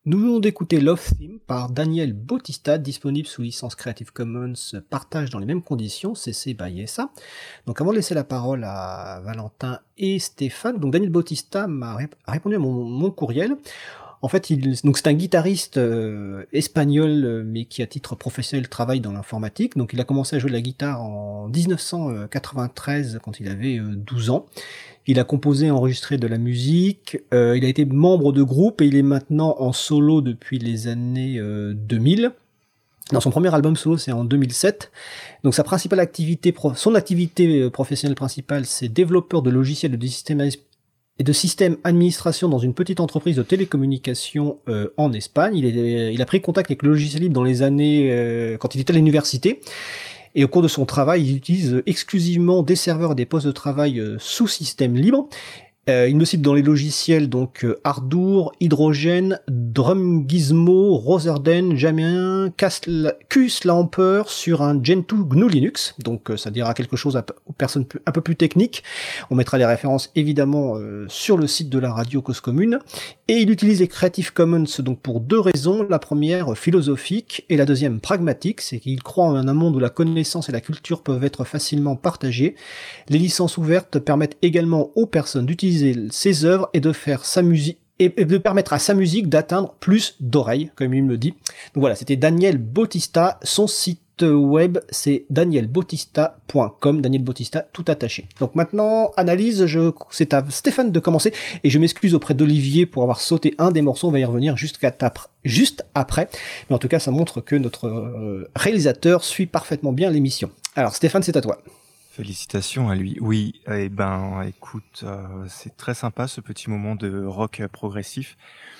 Nous venons d'écouter Love Theme par Daniel Bautista, disponible sous licence Creative Commons, partage dans les mêmes conditions, C C by S A. Donc avant de laisser la parole à Valentin et Stéphane, donc Daniel Bautista m'a rép- répondu à mon, mon courriel. En fait, il, donc c'est un guitariste euh, espagnol, euh, mais qui à titre professionnel travaille dans l'informatique. Donc il a commencé à jouer de la guitare en dix-neuf cent quatre-vingt-treize, quand il avait euh, douze ans. Il a composé et enregistré de la musique, euh, il a été membre de groupe et il est maintenant en solo depuis les années euh, deux mille. Dans son premier album solo, c'est en deux mille sept. Donc sa principale activité, son activité professionnelle principale, c'est développeur de logiciels et de systèmes et de systèmes administration dans une petite entreprise de télécommunications euh, en Espagne. Il, est, il a pris contact avec le logiciel libre dans les années euh, quand il était à l'université. Et au cours de son travail, il utilise exclusivement des serveurs et des postes de travail euh, sous système libre. Euh, il me cite dans les logiciels donc euh, Ardour, Hydrogen, Drum Gizmo, Roserden, Jamien, QSlamper sur un Gentoo G N U Linux. Donc euh, ça dira quelque chose à, aux personnes plus, un peu plus techniques. On mettra les références évidemment euh, sur le site de la radio Cause Commune. Et il utilise les Creative Commons donc pour deux raisons. La première philosophique et la deuxième pragmatique, c'est qu'il croit en un monde où la connaissance et la culture peuvent être facilement partagées. Les licences ouvertes permettent également aux personnes d'utiliser ses œuvres et de faire sa musique et de permettre à sa musique d'atteindre plus d'oreilles, comme il me le dit. Donc voilà, c'était Daniel Bautista. Son site web, c'est daniel bautista point com, Daniel Bautista tout attaché. Donc maintenant, analyse, je, c'est à Stéphane de commencer, et je m'excuse auprès d'Olivier pour avoir sauté un des morceaux, on va y revenir jusqu'à tap, juste après. Mais en tout cas, ça montre que notre euh, réalisateur suit parfaitement bien l'émission. Alors Stéphane, c'est à toi. Félicitations à lui. Oui, eh ben, écoute, euh, c'est très sympa ce petit moment de rock progressif.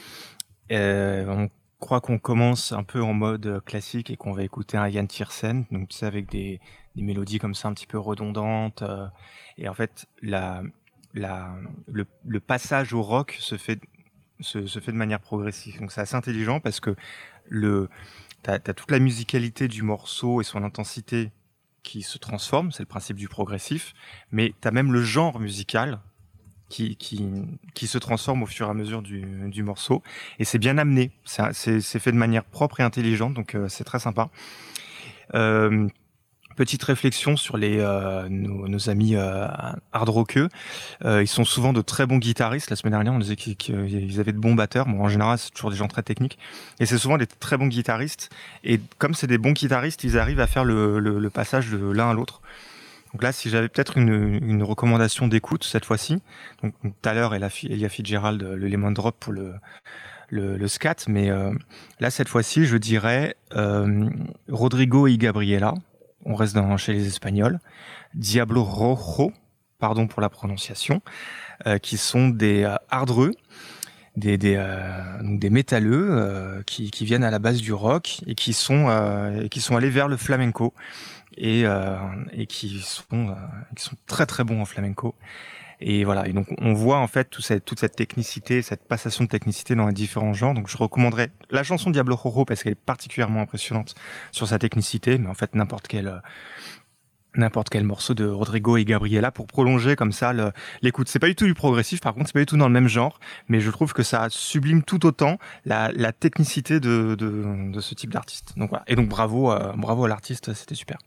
Euh, on croit qu'on commence un peu en mode classique et qu'on va écouter un Ian Tiersen, donc tu sais, avec des, des mélodies comme ça un petit peu redondantes. Euh, et en fait, la, la, le, le passage au rock se fait, se, se fait de manière progressive. Donc c'est assez intelligent parce que le, t'as, t'as toute la musicalité du morceau et son intensité qui se transforme, c'est le principe du progressif, mais tu as même le genre musical qui, qui, qui se transforme au fur et à mesure du, du morceau, et c'est bien amené, c'est, c'est, c'est fait de manière propre et intelligente, donc euh, c'est très sympa. Euh, petite réflexion sur les, euh, nos, nos amis euh, hard rockeux, euh, ils sont souvent de très bons guitaristes. La semaine dernière, on disait qu'ils, qu'ils avaient de bons batteurs. Bon, en général, c'est toujours des gens très techniques. Et c'est souvent des très bons guitaristes. Et comme c'est des bons guitaristes, ils arrivent à faire le, le, le passage de l'un à l'autre. Donc là, si j'avais peut-être une, une recommandation d'écoute cette fois-ci, donc tout à l'heure, Ella Fitzgerald, le Lemon Drop pour le, le, le scat, mais euh, là, cette fois-ci, je dirais euh, Rodrigo y Gabriela. On reste dans, chez les Espagnols. Diablo Rojo, pardon pour la prononciation, euh, qui sont des euh, hardreux, des des euh, donc des métalleux euh, qui qui viennent à la base du rock et qui sont euh, et qui sont allés vers le flamenco et euh, et qui sont euh, qui sont très très bons en flamenco. Et voilà, et donc on voit en fait toute cette, toute cette technicité, cette passation de technicité dans les différents genres. Donc je recommanderais la chanson Diablo Rojo parce qu'elle est particulièrement impressionnante sur sa technicité, mais en fait n'importe quel euh, n'importe quel morceau de Rodrigo et Gabriela pour prolonger comme ça le, l'écoute. C'est pas du tout du progressif, par contre c'est pas du tout dans le même genre, mais je trouve que ça sublime tout autant la, la technicité de, de, de ce type d'artiste. Donc voilà, et donc bravo, euh, bravo à l'artiste, c'était super.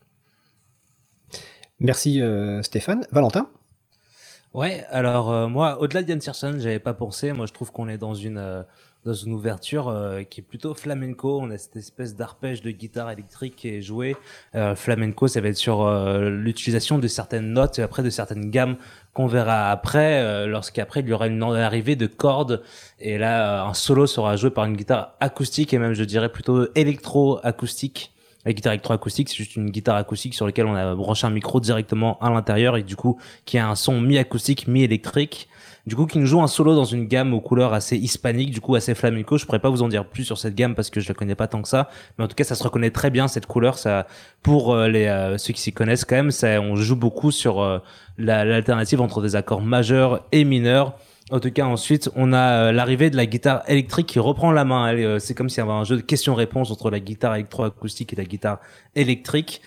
Merci euh, Stéphane. Valentin? Ouais, alors euh, moi, au-delà d'Ian Tiersen, j'avais pas pensé. Moi, je trouve qu'on est dans une euh, dans une ouverture euh, qui est plutôt flamenco. On a cette espèce d'arpège de guitare électrique qui est joué. Euh, flamenco, ça va être sur euh, l'utilisation de certaines notes et après de certaines gammes qu'on verra après, euh, lorsqu'après il y aura une arrivée de cordes et là euh, un solo sera joué par une guitare acoustique et même je dirais plutôt électro-acoustique. La guitare électroacoustique, c'est juste une guitare acoustique sur laquelle on a branché un micro directement à l'intérieur et du coup qui a un son mi-acoustique, mi-électrique. Du coup, qui nous joue un solo dans une gamme aux couleurs assez hispaniques, du coup assez flamenco. Je pourrais pas vous en dire plus sur cette gamme parce que je la connais pas tant que ça, mais en tout cas, ça se reconnaît très bien cette couleur. Ça, pour euh, les euh, ceux qui s'y connaissent quand même, ça, on joue beaucoup sur euh, la, l'alternative entre des accords majeurs et mineurs. En tout cas, ensuite, on a euh, l'arrivée de la guitare électrique qui reprend la main. Elle, euh, c'est comme s'il y avait un jeu de questions-réponses entre la guitare électroacoustique et la guitare électrique.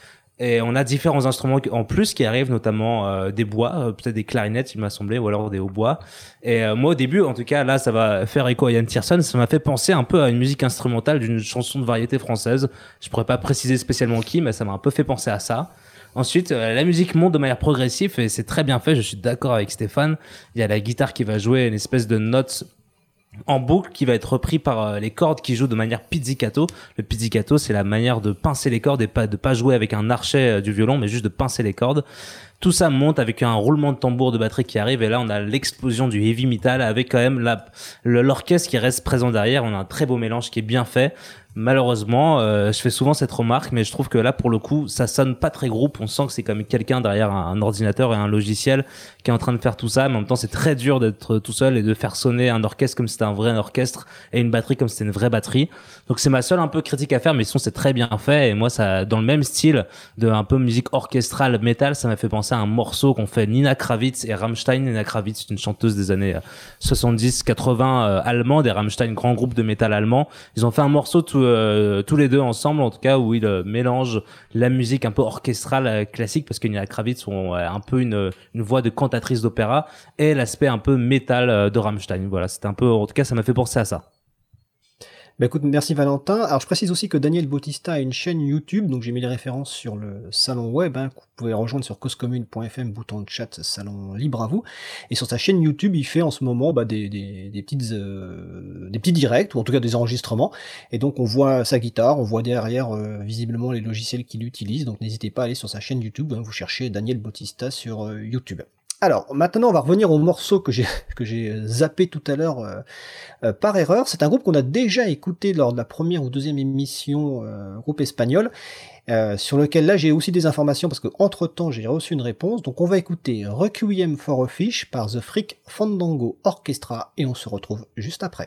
Et on a différents instruments en plus qui arrivent, notamment euh, des bois, euh, peut-être des clarinettes, il m'a semblé, ou alors des hautbois. Et euh, moi, au début, en tout cas, là, ça va faire écho à Yann Tiersen. Ça m'a fait penser un peu à une musique instrumentale d'une chanson de variété française. Je pourrais pas préciser spécialement qui, mais ça m'a un peu fait penser à ça. Ensuite, euh, la musique monte de manière progressive et c'est très bien fait. Je suis d'accord avec Stéphane. Il y a la guitare qui va jouer une espèce de note en boucle qui va être repris par euh, les cordes qui jouent de manière pizzicato. Le pizzicato, c'est la manière de pincer les cordes et pas de pas jouer avec un archet euh, du violon, mais juste de pincer les cordes. Tout ça monte avec un roulement de tambour de batterie qui arrive et là on a l'explosion du heavy metal avec quand même la, le, l'orchestre qui reste présent derrière. On a un très beau mélange qui est bien fait. Malheureusement, euh, je fais souvent cette remarque, mais je trouve que là, pour le coup, ça sonne pas très groupe. On sent que c'est comme quelqu'un derrière un, un ordinateur et un logiciel qui est en train de faire tout ça. Mais en même temps, c'est très dur d'être tout seul et de faire sonner un orchestre comme si c'était un vrai orchestre et une batterie comme si c'était une vraie batterie. Donc c'est ma seule un peu critique à faire, mais sinon c'est très bien fait. Et moi, ça, dans le même style de un peu musique orchestrale metal, ça m'a fait penser à un morceau qu'ont fait Nina Kravitz et Rammstein. Nina Kravitz, c'est une chanteuse des années soixante-dix quatre-vingts euh, allemande, et Rammstein, grand groupe de métal allemand. Ils ont fait un morceau tout Euh, tous les deux ensemble, en tout cas, où ils euh, mélangent la musique un peu orchestrale euh, classique, parce que Nina Kravitz ont euh, un peu une, une voix de cantatrice d'opéra, et l'aspect un peu métal euh, de Rammstein. Voilà, c'était un peu, en tout cas, ça m'a fait penser à ça. Bah écoute, merci Valentin. Alors je précise aussi que Daniel Bautista a une chaîne YouTube, donc j'ai mis les références sur le salon web, hein, que vous pouvez rejoindre sur causecommune point f m, bouton de chat, salon libre à vous. Et sur sa chaîne YouTube, il fait en ce moment bah, des, des, des, petites, euh, des petits directs, ou en tout cas des enregistrements. Et donc on voit sa guitare, on voit derrière euh, visiblement les logiciels qu'il utilise, donc n'hésitez pas à aller sur sa chaîne YouTube, hein, vous cherchez Daniel Bautista sur euh, YouTube. Alors, maintenant, on va revenir au morceau que j'ai que j'ai zappé tout à l'heure euh, euh, par erreur. C'est un groupe qu'on a déjà écouté lors de la première ou deuxième émission, euh, groupe espagnol, euh, sur lequel là j'ai aussi des informations parce que entre temps j'ai reçu une réponse. Donc on va écouter Requiem for a Fish par The Freak Fandango Orchestra et on se retrouve juste après.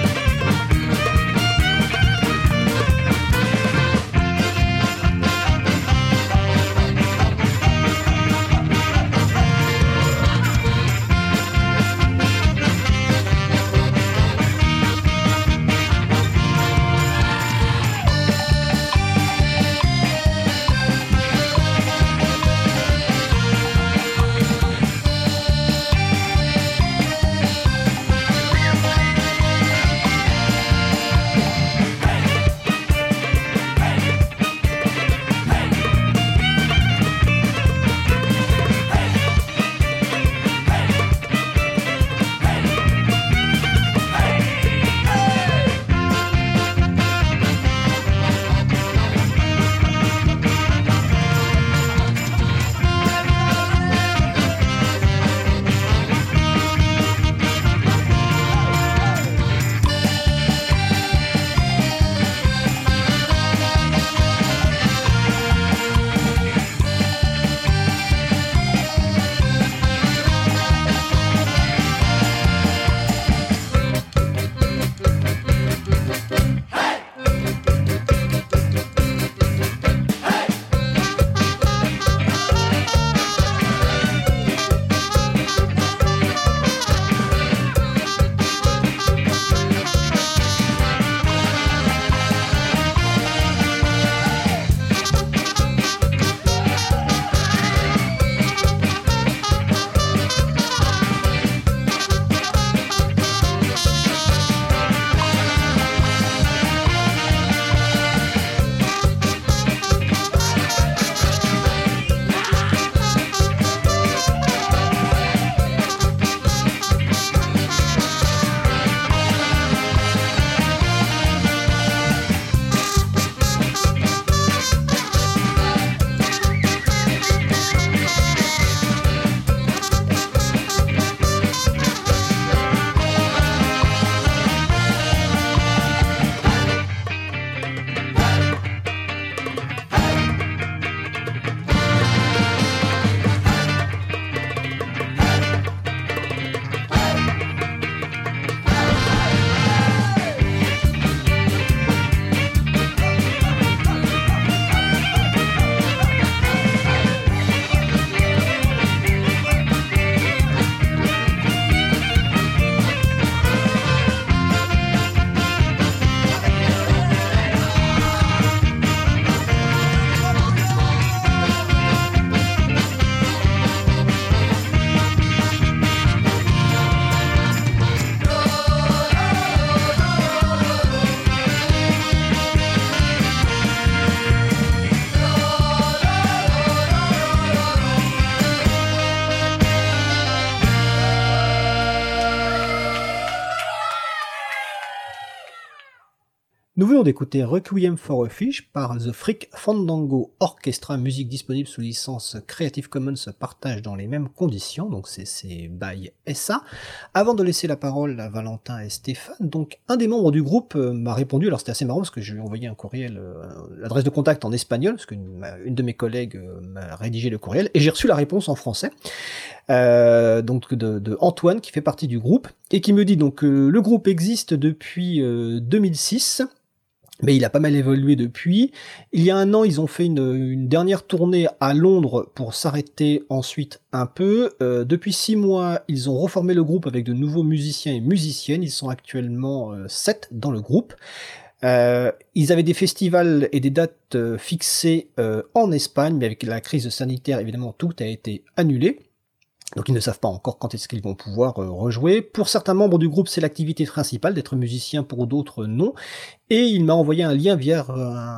Hey! Nous venons d'écouter Requiem for a Fish par The Freak Fandango Orchestra, musique disponible sous licence Creative Commons partage dans les mêmes conditions, donc c'est, c'est by S A. Avant de laisser la parole à Valentin et Stéphane, donc un des membres du groupe euh, m'a répondu, alors c'était assez marrant parce que je lui ai envoyé un courriel, euh, l'adresse de contact en espagnol, parce qu'une une de mes collègues euh, m'a rédigé le courriel, et j'ai reçu la réponse en français. Euh, donc de, de Antoine qui fait partie du groupe et qui me dit donc euh, le groupe existe depuis euh, deux mille six, mais il a pas mal évolué depuis. Il y a un an, ils ont fait une, une dernière tournée à Londres pour s'arrêter ensuite un peu. Euh, depuis six mois, ils ont reformé le groupe avec de nouveaux musiciens et musiciennes. Ils sont actuellement euh, sept dans le groupe. Euh, ils avaient des festivals et des dates euh, fixées euh, en Espagne, mais avec la crise sanitaire, évidemment, tout a été annulé. Donc ils ne savent pas encore quand est-ce qu'ils vont pouvoir euh, rejouer. Pour certains membres du groupe, c'est l'activité principale d'être musicien, pour d'autres non. Et il m'a envoyé un lien vers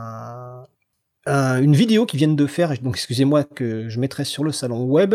un, un, une vidéo qu'ils viennent de faire, donc excusez-moi que je mettrai sur le salon web,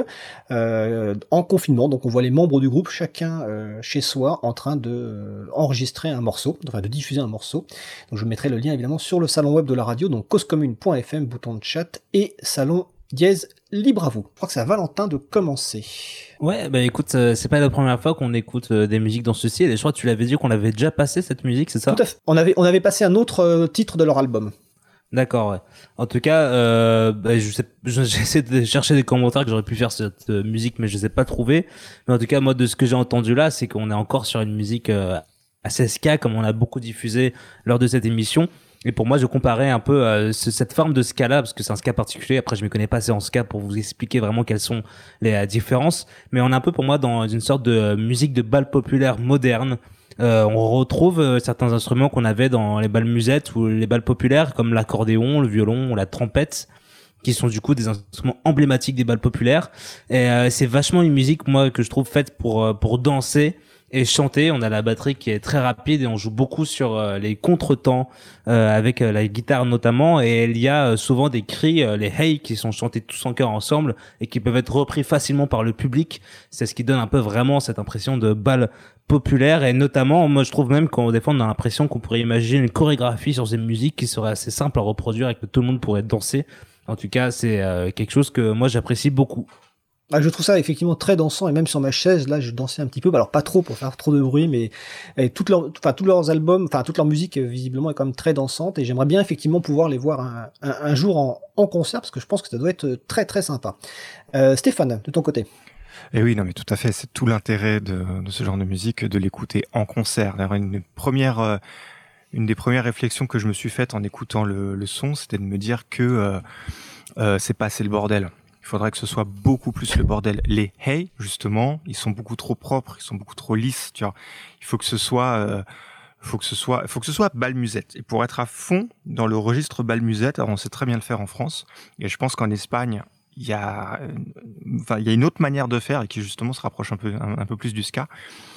euh, en confinement. Donc on voit les membres du groupe, chacun euh, chez soi, en train de euh, enregistrer un morceau, enfin de diffuser un morceau. Donc je mettrai le lien évidemment sur le salon web de la radio, donc causecommune point f m, bouton de chat, et salon dièse libre à vous. Je crois que c'est à Valentin de commencer. Ouais, bah écoute, euh, c'est pas la première fois qu'on écoute euh, des musiques dans ce style, et je crois que tu l'avais dit qu'on avait déjà passé cette musique, c'est ça? Tout à fait. On avait, on avait passé un autre euh, titre de leur album. D'accord, ouais. En tout cas, euh, bah, je sais, je- j'essaie de chercher des commentaires que j'aurais pu faire sur cette euh, musique, mais je les ai pas trouvés. Mais en tout cas, moi, de ce que j'ai entendu là, c'est qu'on est encore sur une musique euh, assez ska, comme on a beaucoup diffusé lors de cette émission. Et pour moi, je comparais un peu euh, ce- cette forme de ska-là, parce que c'est un ska particulier. Après, je ne m'y connais pas assez en ska pour vous expliquer vraiment quelles sont les euh, différences. Mais on est un peu, pour moi, dans une sorte de euh, musique de bal populaire moderne. Euh, on retrouve euh, certains instruments qu'on avait dans les bals musettes ou les bals populaires, comme l'accordéon, le violon ou la trompette, qui sont du coup des instruments emblématiques des bals populaires. Et euh, c'est vachement une musique, moi, que je trouve faite pour euh, pour danser et chanter. On a la batterie qui est très rapide et on joue beaucoup sur euh, les contretemps euh, avec euh, la guitare notamment, et il y a euh, souvent des cris, euh, les hey, qui sont chantés tous en chœur ensemble et qui peuvent être repris facilement par le public. C'est ce qui donne un peu vraiment cette impression de bal populaire, et notamment moi je trouve même qu'on des fois on a l'impression qu'on pourrait imaginer une chorégraphie sur ces musiques qui serait assez simple à reproduire et que tout le monde pourrait danser. En tout cas, c'est euh, quelque chose que moi j'apprécie beaucoup. Ah, je trouve ça effectivement très dansant, et même sur ma chaise, là, je dansais un petit peu. Alors pas trop pour faire trop de bruit, mais et toutes leurs, enfin tous leurs albums, enfin toute leur musique euh, visiblement est quand même très dansante, et j'aimerais bien effectivement pouvoir les voir un, un, un jour en, en concert, parce que je pense que ça doit être très très sympa. Euh, Stéphane, de ton côté. Et oui, non, mais tout à fait. C'est tout l'intérêt de, de ce genre de musique, de l'écouter en concert. D'ailleurs, une première, euh, une des premières réflexions que je me suis faite en écoutant le, le son, c'était de me dire que euh, euh, c'est pas assez le bordel. Il faudrait que ce soit beaucoup plus le bordel. Les hey, justement, ils sont beaucoup trop propres, ils sont beaucoup trop lisses. Tu vois, il faut que ce soit, euh, faut que ce soit, faut que ce soit bal musette. Et pour être à fond dans le registre bal musette, alors on sait très bien le faire en France. Et je pense qu'en Espagne, il y a, euh, enfin, il y a une autre manière de faire et qui justement se rapproche un peu, un, un peu plus du ska.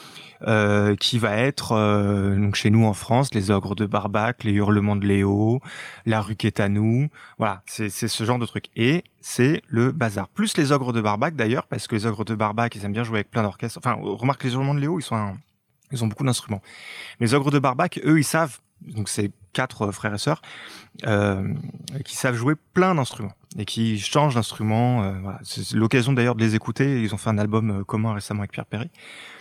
Euh, qui va être euh, donc chez nous en France, les ogres de Barbac, les hurlements de Léo, la rue Quétanou, voilà, c'est c'est ce genre de truc, et c'est le bazar. Plus les ogres de Barbac d'ailleurs, parce que les ogres de Barbac, ils aiment bien jouer avec plein d'orchestres. Enfin, remarque, les hurlements de Léo, ils sont un... ils ont beaucoup d'instruments. Mais les ogres de Barbac, eux, ils savent, donc c'est quatre frères et sœurs, euh, qui savent jouer plein d'instruments et qui changent d'instruments. Euh, voilà. C'est l'occasion d'ailleurs de les écouter. Ils ont fait un album commun récemment avec Pierre Perret.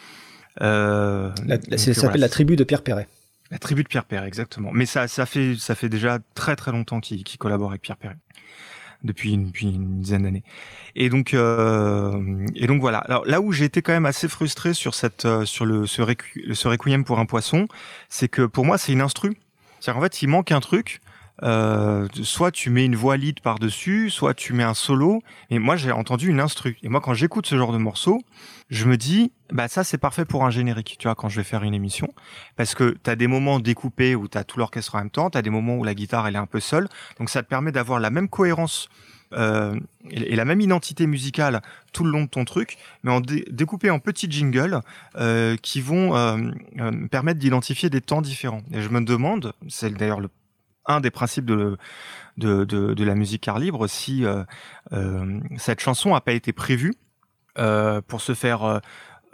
Euh, La, la, ça s'appelle voilà, la tribu de Pierre Perret. La tribu de Pierre Perret, exactement. Mais ça, ça fait, ça fait déjà très très longtemps qu'ils qu'ils collaborent avec Pierre Perret, depuis une, depuis une dizaine d'années. Et donc, euh, et donc voilà. Alors là où j'ai été quand même assez frustré sur cette, euh, sur le ce, récu, ce requiem pour un poisson, c'est que pour moi c'est une instru. C'est-à-dire en fait il manque un truc. Euh, soit tu mets une voix lead par-dessus, soit tu mets un solo. Et moi, j'ai entendu une instru. Et moi, quand j'écoute ce genre de morceau, je me dis, bah ça, c'est parfait pour un générique. Tu vois, quand je vais faire une émission, parce que t'as des moments découpés où t'as tout l'orchestre en même temps, t'as des moments où la guitare elle est un peu seule. Donc ça te permet d'avoir la même cohérence euh, et, et la même identité musicale tout le long de ton truc, mais en dé- découpé en petits jingles euh, qui vont euh, euh, permettre d'identifier des temps différents. Et je me demande, c'est d'ailleurs le un des principes de, de, de, de la musique art libre, si euh, euh, cette chanson n'a pas été prévue euh, pour se faire euh,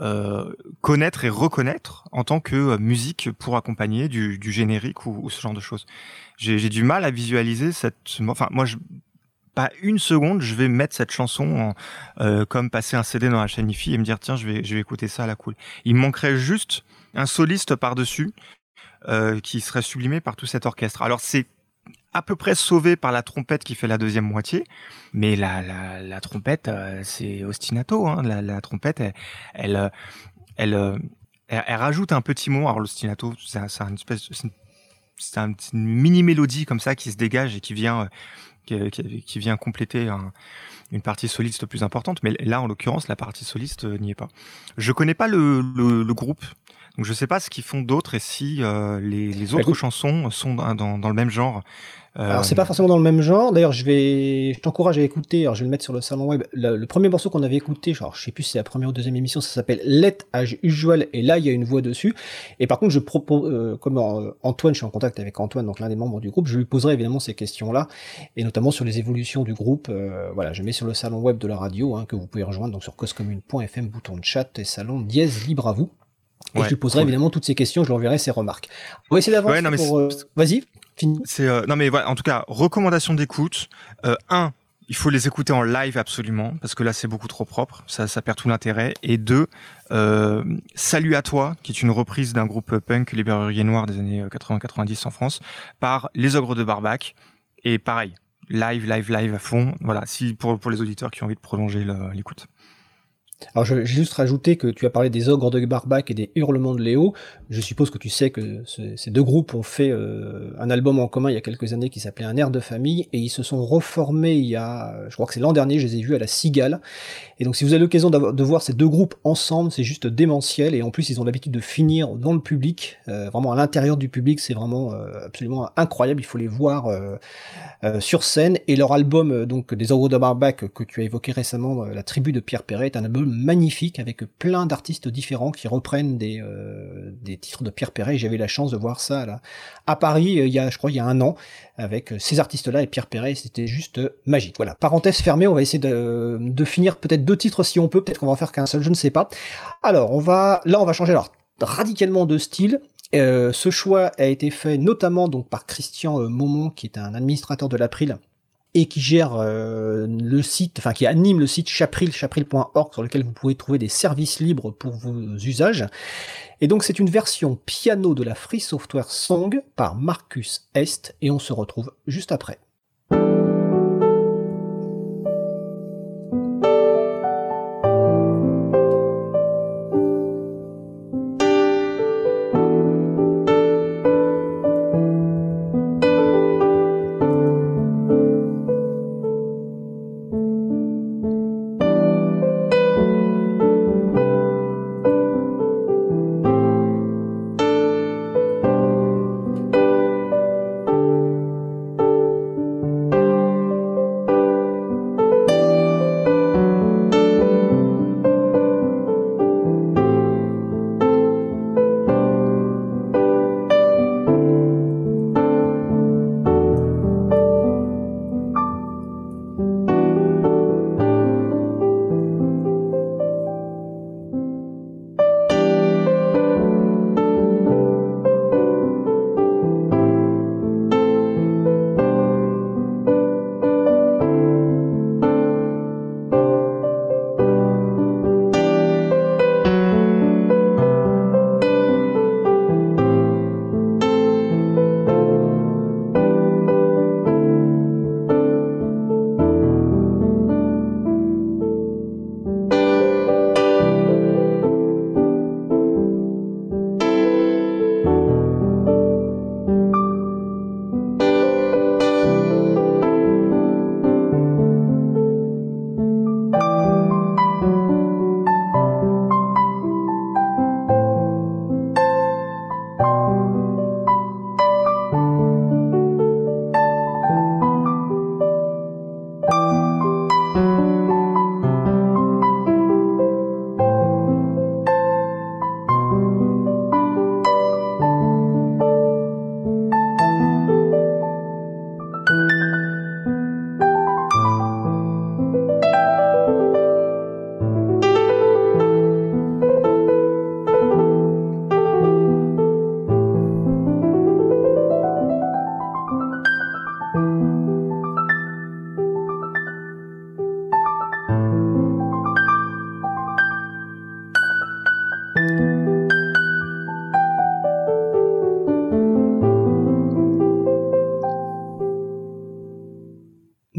euh, connaître et reconnaître en tant que euh, musique pour accompagner du, du générique ou, ou ce genre de choses. J'ai, j'ai du mal à visualiser cette... Enfin, moi, je, pas une seconde, je vais mettre cette chanson en, euh, comme passer un C D dans la chaîne hi-fi et me dire tiens, je vais, je vais écouter ça à la cool. Il me manquerait juste un soliste par-dessus euh, qui serait sublimé par tout cet orchestre. Alors, c'est à peu près sauvé par la trompette qui fait la deuxième moitié, mais la, la, la trompette, euh, c'est ostinato. Hein. La, la trompette, elle, elle, elle, elle, elle rajoute un petit mot. Alors l'ostinato, c'est, un, c'est une espèce, c'est une, c'est un, c'est une mini mélodie comme ça qui se dégage et qui vient, qui, qui, qui vient compléter un, une partie soliste plus importante. Mais là, en l'occurrence, la partie soliste n'y est pas. Je connais pas le, le, le groupe. Donc je sais pas ce qu'ils font d'autres et si euh, les, les autres Écoute, chansons sont dans, dans, dans le même genre. Euh... Alors c'est pas forcément dans le même genre. D'ailleurs, je vais, je t'encourage à écouter. Alors je vais le mettre sur le salon web. Le, le premier morceau qu'on avait écouté, genre je sais plus si c'est la première ou deuxième émission, ça s'appelle Let as Usual. Et là il y a une voix dessus. Et par contre, je propose, euh, comme euh, Antoine, je suis en contact avec Antoine, donc l'un des membres du groupe, je lui poserai évidemment ces questions-là, et notamment sur les évolutions du groupe. Euh, voilà, je mets sur le salon web de la radio hein, que vous pouvez rejoindre donc sur causecommune point f m, bouton de chat et salon dièse libre à vous. Et ouais, je lui poserai cool. évidemment toutes ces questions, je lui enverrai ses remarques. On va essayer d'avancer ouais, pour... Euh... Vas-y, fini. C'est, euh, non mais voilà, en tout cas, recommandation d'écoute. Euh, un, il faut les écouter en live absolument, parce que là c'est beaucoup trop propre, ça, ça perd tout l'intérêt. Et deux, euh, Salut à toi, qui est une reprise d'un groupe punk, les Berruriers Noirs des années quatre-vingts quatre-vingt-dix en France, par Les Ogres de Barbac. Et pareil, live, live, live à fond. Voilà, si pour, pour les auditeurs qui ont envie de prolonger le, l'écoute. Alors, je, j'ai juste rajouté que tu as parlé des Ogres de Barbac et des Hurlements de Léo. Je suppose que tu sais que ce, ces deux groupes ont fait euh, un album en commun il y a quelques années qui s'appelait Un air de famille, et ils se sont reformés il y a, je crois que c'est l'an dernier, je les ai vus à la Cigale. Et donc, si vous avez l'occasion de voir ces deux groupes ensemble, c'est juste démentiel. Et en plus, ils ont l'habitude de finir dans le public, euh, vraiment à l'intérieur du public. C'est vraiment euh, absolument incroyable. Il faut les voir euh, euh, sur scène. Et leur album, euh, donc des Ogres de Barbac que tu as évoqué récemment, euh, La Tribu de Pierre Perret, est un album magnifique avec plein d'artistes différents qui reprennent des euh, des titres de Pierre Perret. J'avais la chance de voir ça là à Paris euh, il y a je crois il y a un an avec ces artistes-là et Pierre Perret, c'était juste magique. Voilà, parenthèse fermée, on va essayer de de finir peut-être deux titres si on peut, peut-être qu'on va en faire qu'un seul, je ne sais pas. Alors, on va là on va changer alors radicalement de style. Euh, ce choix a été fait notamment donc par Christian euh, Maumont qui est un administrateur de l'April et qui gère euh, le site, enfin qui anime le site chapril, chapril point org, sur lequel vous pouvez trouver des services libres pour vos usages. Et donc c'est une version piano de la Free Software Song par Marcus Est, et on se retrouve juste après.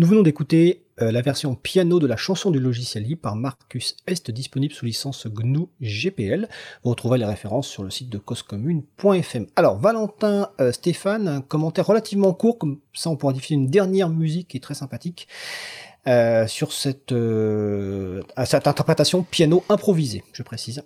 Nous venons d'écouter euh, la version piano de la chanson du logiciel libre par Marcus Est, disponible sous licence G N U G P L. Vous retrouverez les références sur le site de cause commune point f m. Alors, Valentin, euh, Stéphane, un commentaire relativement court, comme ça on pourra diffuser une dernière musique qui est très sympathique, euh, sur cette, euh, cette interprétation piano improvisée, je précise.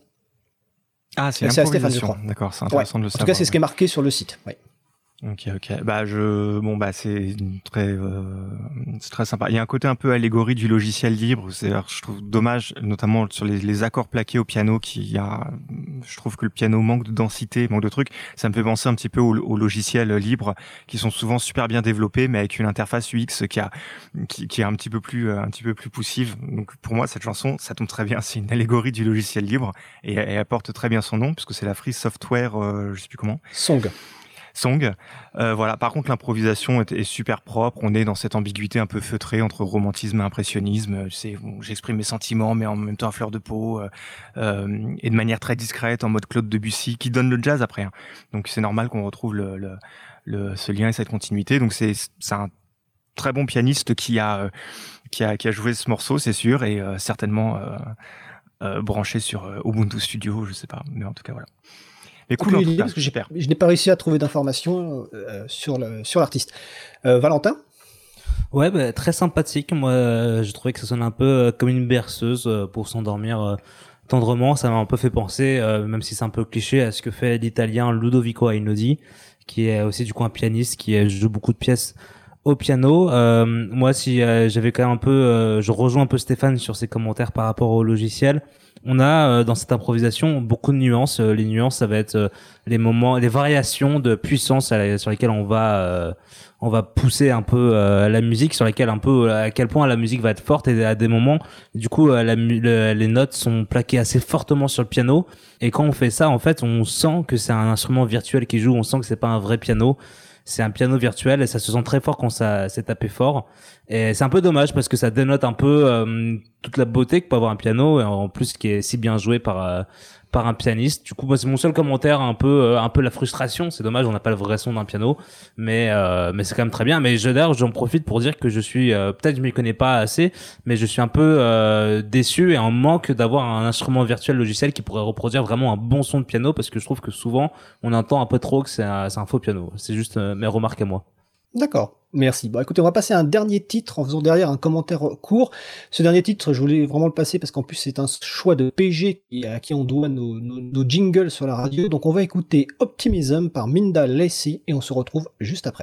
Ah, c'est une C'est à Stéphane, je improvisation. crois. D'accord, c'est intéressant Ouais. de le En savoir. tout cas, c'est ce qui est marqué sur le site. Ouais. Ok, ok. Bah, je, bon, bah, c'est une très, euh, c'est très sympa. Il y a un côté un peu allégorie du logiciel libre. C'est, je trouve dommage, notamment sur les, les accords plaqués au piano, qui y a, je trouve que le piano manque de densité, manque de trucs. Ça me fait penser un petit peu aux, aux logiciels libres, qui sont souvent super bien développés, mais avec une interface U X qui a, qui, qui est un petit peu plus, un petit peu plus poussive. Donc, pour moi, cette chanson, ça tombe très bien. C'est une allégorie du logiciel libre, et elle apporte très bien son nom, puisque c'est la Free Software, euh, je sais plus comment. Song. Song. Euh, voilà. Par contre, l'improvisation est, est super propre. On est dans cette ambiguïté un peu feutrée entre romantisme et impressionnisme. C'est, bon, j'exprime mes sentiments, mais en même temps à fleur de peau, euh, euh, et de manière très discrète, en mode Claude Debussy, qui donne le jazz après. Hein. Donc, c'est normal qu'on retrouve le, le, le, ce lien et cette continuité. Donc, c'est, c'est un très bon pianiste qui a, euh, qui a, qui a joué ce morceau, c'est sûr, et euh, certainement euh, euh, branché sur euh, Ubuntu Studio, je sais pas, mais en tout cas voilà. Mais cool, en tout cas, parce que j'ai, super. je n'ai pas réussi à trouver d'informations euh, sur, le, sur l'artiste. Euh, Valentin ? Ouais, bah, très sympathique. Moi, euh, je trouvais que ça sonne un peu euh, comme une berceuse euh, pour s'endormir euh, tendrement. Ça m'a un peu fait penser, euh, même si c'est un peu cliché, à ce que fait l'italien Ludovico Einaudi, qui est aussi du coup un pianiste qui euh, joue beaucoup de pièces au piano. Euh, moi, si euh, j'avais quand même un peu, euh, je rejoins un peu Stéphane sur ses commentaires par rapport au logiciel. On a euh, dans cette improvisation beaucoup de nuances. Euh, les nuances, ça va être euh, les moments, les variations de puissance à la, sur lesquelles on va, euh, on va pousser un peu euh, la musique, sur lesquelles un peu à quel point la musique va être forte, et à des moments, du coup, euh, la, le, les notes sont plaquées assez fortement sur le piano. Et quand on fait ça, en fait, on sent que c'est un instrument virtuel qui joue. On sent que c'est pas un vrai piano. C'est un piano virtuel et ça se sent très fort quand ça s'est tapé fort. Et c'est un peu dommage parce que ça dénote un peu euh, toute la beauté que peut avoir un piano, et en plus qui est si bien joué par euh, par un pianiste. Du coup, moi, c'est mon seul commentaire, un peu euh, un peu la frustration. C'est dommage, on n'a pas le vrai son d'un piano, mais euh, mais c'est quand même très bien. Mais je, d'ailleurs, j'en profite pour dire que je suis euh, peut-être je m'y connais pas assez, mais je suis un peu euh, déçu et en manque d'avoir un instrument virtuel logiciel qui pourrait reproduire vraiment un bon son de piano, parce que je trouve que souvent on entend un peu trop que c'est un, c'est un faux piano. C'est juste euh, mes remarques à moi. D'accord, merci. Bon, écoutez, on va passer à un dernier titre en faisant derrière un commentaire court. Ce dernier titre, je voulais vraiment le passer parce qu'en plus c'est un choix de P G à qui on doit nos, nos, nos jingles sur la radio. Donc on va écouter Optimism par Minda Lacey et on se retrouve juste après.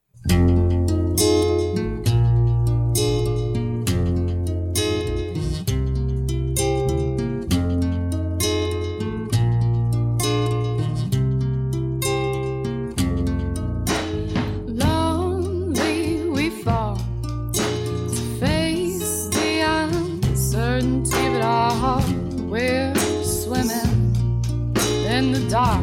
Dark,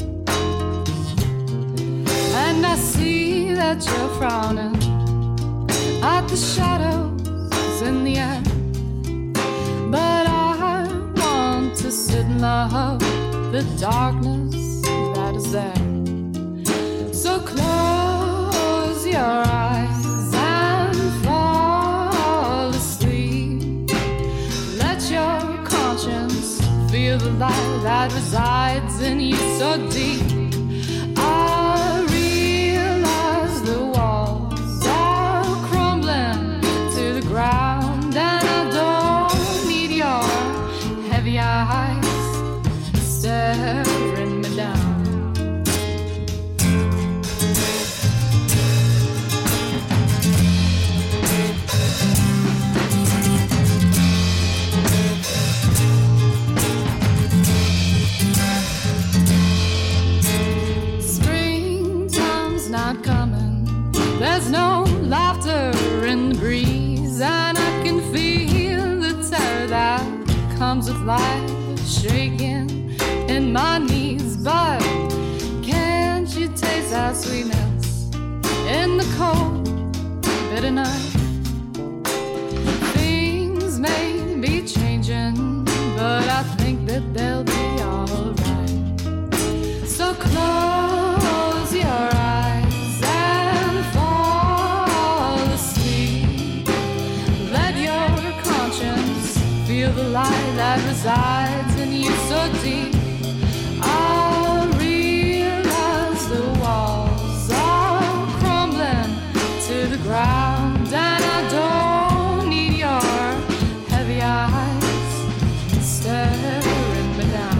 and I see that you're frowning at the shadows in the air, but I want to sit and love the darkness that is there. So close your eyes and fall asleep. Let your conscience feel the light that resides in you so deep. I realize the walls are crumbling to the ground, and I don't need your heavy eyes staring me down. There's no laughter in the breeze, and I can feel the terror that comes with life shaking in my knees. But can't you taste that sweetness in the cold, bitter night? Things may be changing, but I think that they'll be alright. So close your eyes and fall asleep. feel the light that resides in you so deep. I realize the walls are crumbling to the ground, and I don't need your heavy eyes staring me down.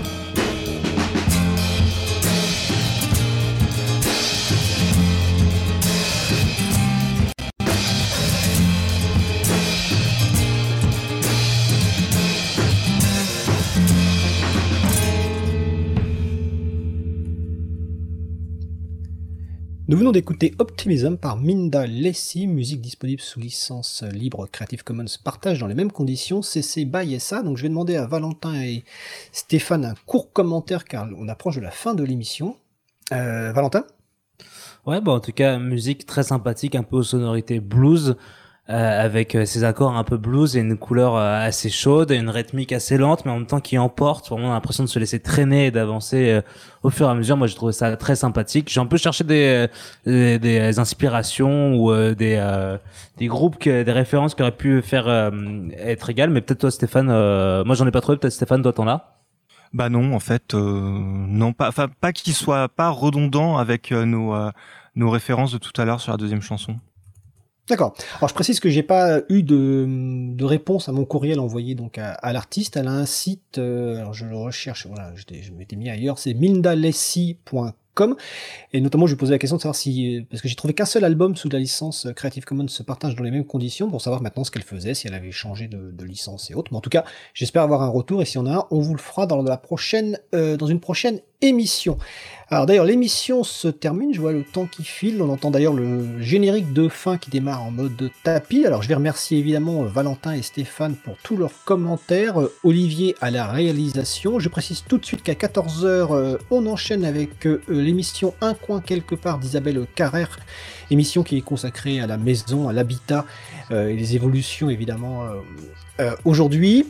Nous venons d'écouter Optimism par Minda Lessi, musique disponible sous licence libre Creative Commons partage dans les mêmes conditions, C C by S A. Donc je vais demander à Valentin et Stéphane un court commentaire car on approche de la fin de l'émission. Euh, Valentin ? Ouais, bah en tout cas, musique très sympathique, un peu aux sonorités blues, euh, avec euh, ces accords un peu blues et une couleur euh, assez chaude et une rythmique assez lente, mais en même temps qui emporte. Vraiment, on a l'impression de se laisser traîner et d'avancer euh, au fur et à mesure. Moi, j'ai trouvé ça très sympathique. J'ai un peu cherché des des, des inspirations ou euh, des euh, des groupes, que, des références qui auraient pu faire euh, être égales, mais peut-être toi, Stéphane. Euh, moi, j'en ai pas trouvé. Peut-être Stéphane, toi, t'en as. Bah non, en fait, euh, non pas, enfin pas qu'il soit pas redondant avec euh, nos euh, nos références de tout à l'heure sur la deuxième chanson. D'accord. Alors je précise que j'ai pas eu de, de réponse à mon courriel envoyé donc à, à l'artiste. Elle a un site, euh, alors je le recherche, voilà, je, je m'étais mis ailleurs, c'est mindalessi point com. Et notamment, je lui posais la question de savoir si, parce que j'ai trouvé qu'un seul album sous la licence Creative Commons se partage dans les mêmes conditions, pour savoir maintenant ce qu'elle faisait, si elle avait changé de, de licence et autres. Mais en tout cas, j'espère avoir un retour, et si on a un, on vous le fera dans la prochaine, euh, dans une prochaine émission. Alors d'ailleurs, l'émission se termine, je vois le temps qui file, on entend d'ailleurs le générique de fin qui démarre en mode tapis. Alors je vais remercier évidemment Valentin et Stéphane pour tous leurs commentaires, Olivier à la réalisation. Je précise tout de suite qu'à quatorze heures, euh, on enchaîne avec euh, l'émission Un coin quelque part d'Isabelle Carrère, émission qui est consacrée à la maison, à l'habitat euh, et les évolutions évidemment euh, euh, aujourd'hui.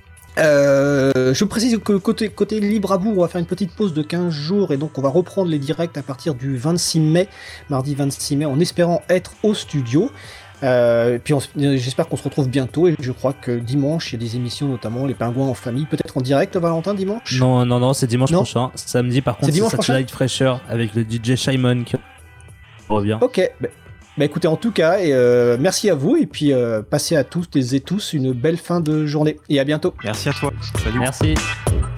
Euh, je précise que côté, côté libre à vous, on va faire une petite pause de quinze jours et donc on va reprendre les directs à partir du vingt-six mai, mardi vingt-six mai, en espérant être au studio. Euh, puis on, j'espère qu'on se retrouve bientôt et je crois que dimanche il y a des émissions, notamment les Pingouins en famille, peut-être en direct, Valentin, dimanche. Non, non, non, c'est dimanche non. prochain. Samedi, par contre, c'est, c'est Satellite Fresher avec le D J Shimon qui revient. Ok. Bah, bah écoutez, en tout cas, et euh, merci à vous et puis euh, passez à tous et tous une belle fin de journée et à bientôt. Merci à toi. Salut. Merci.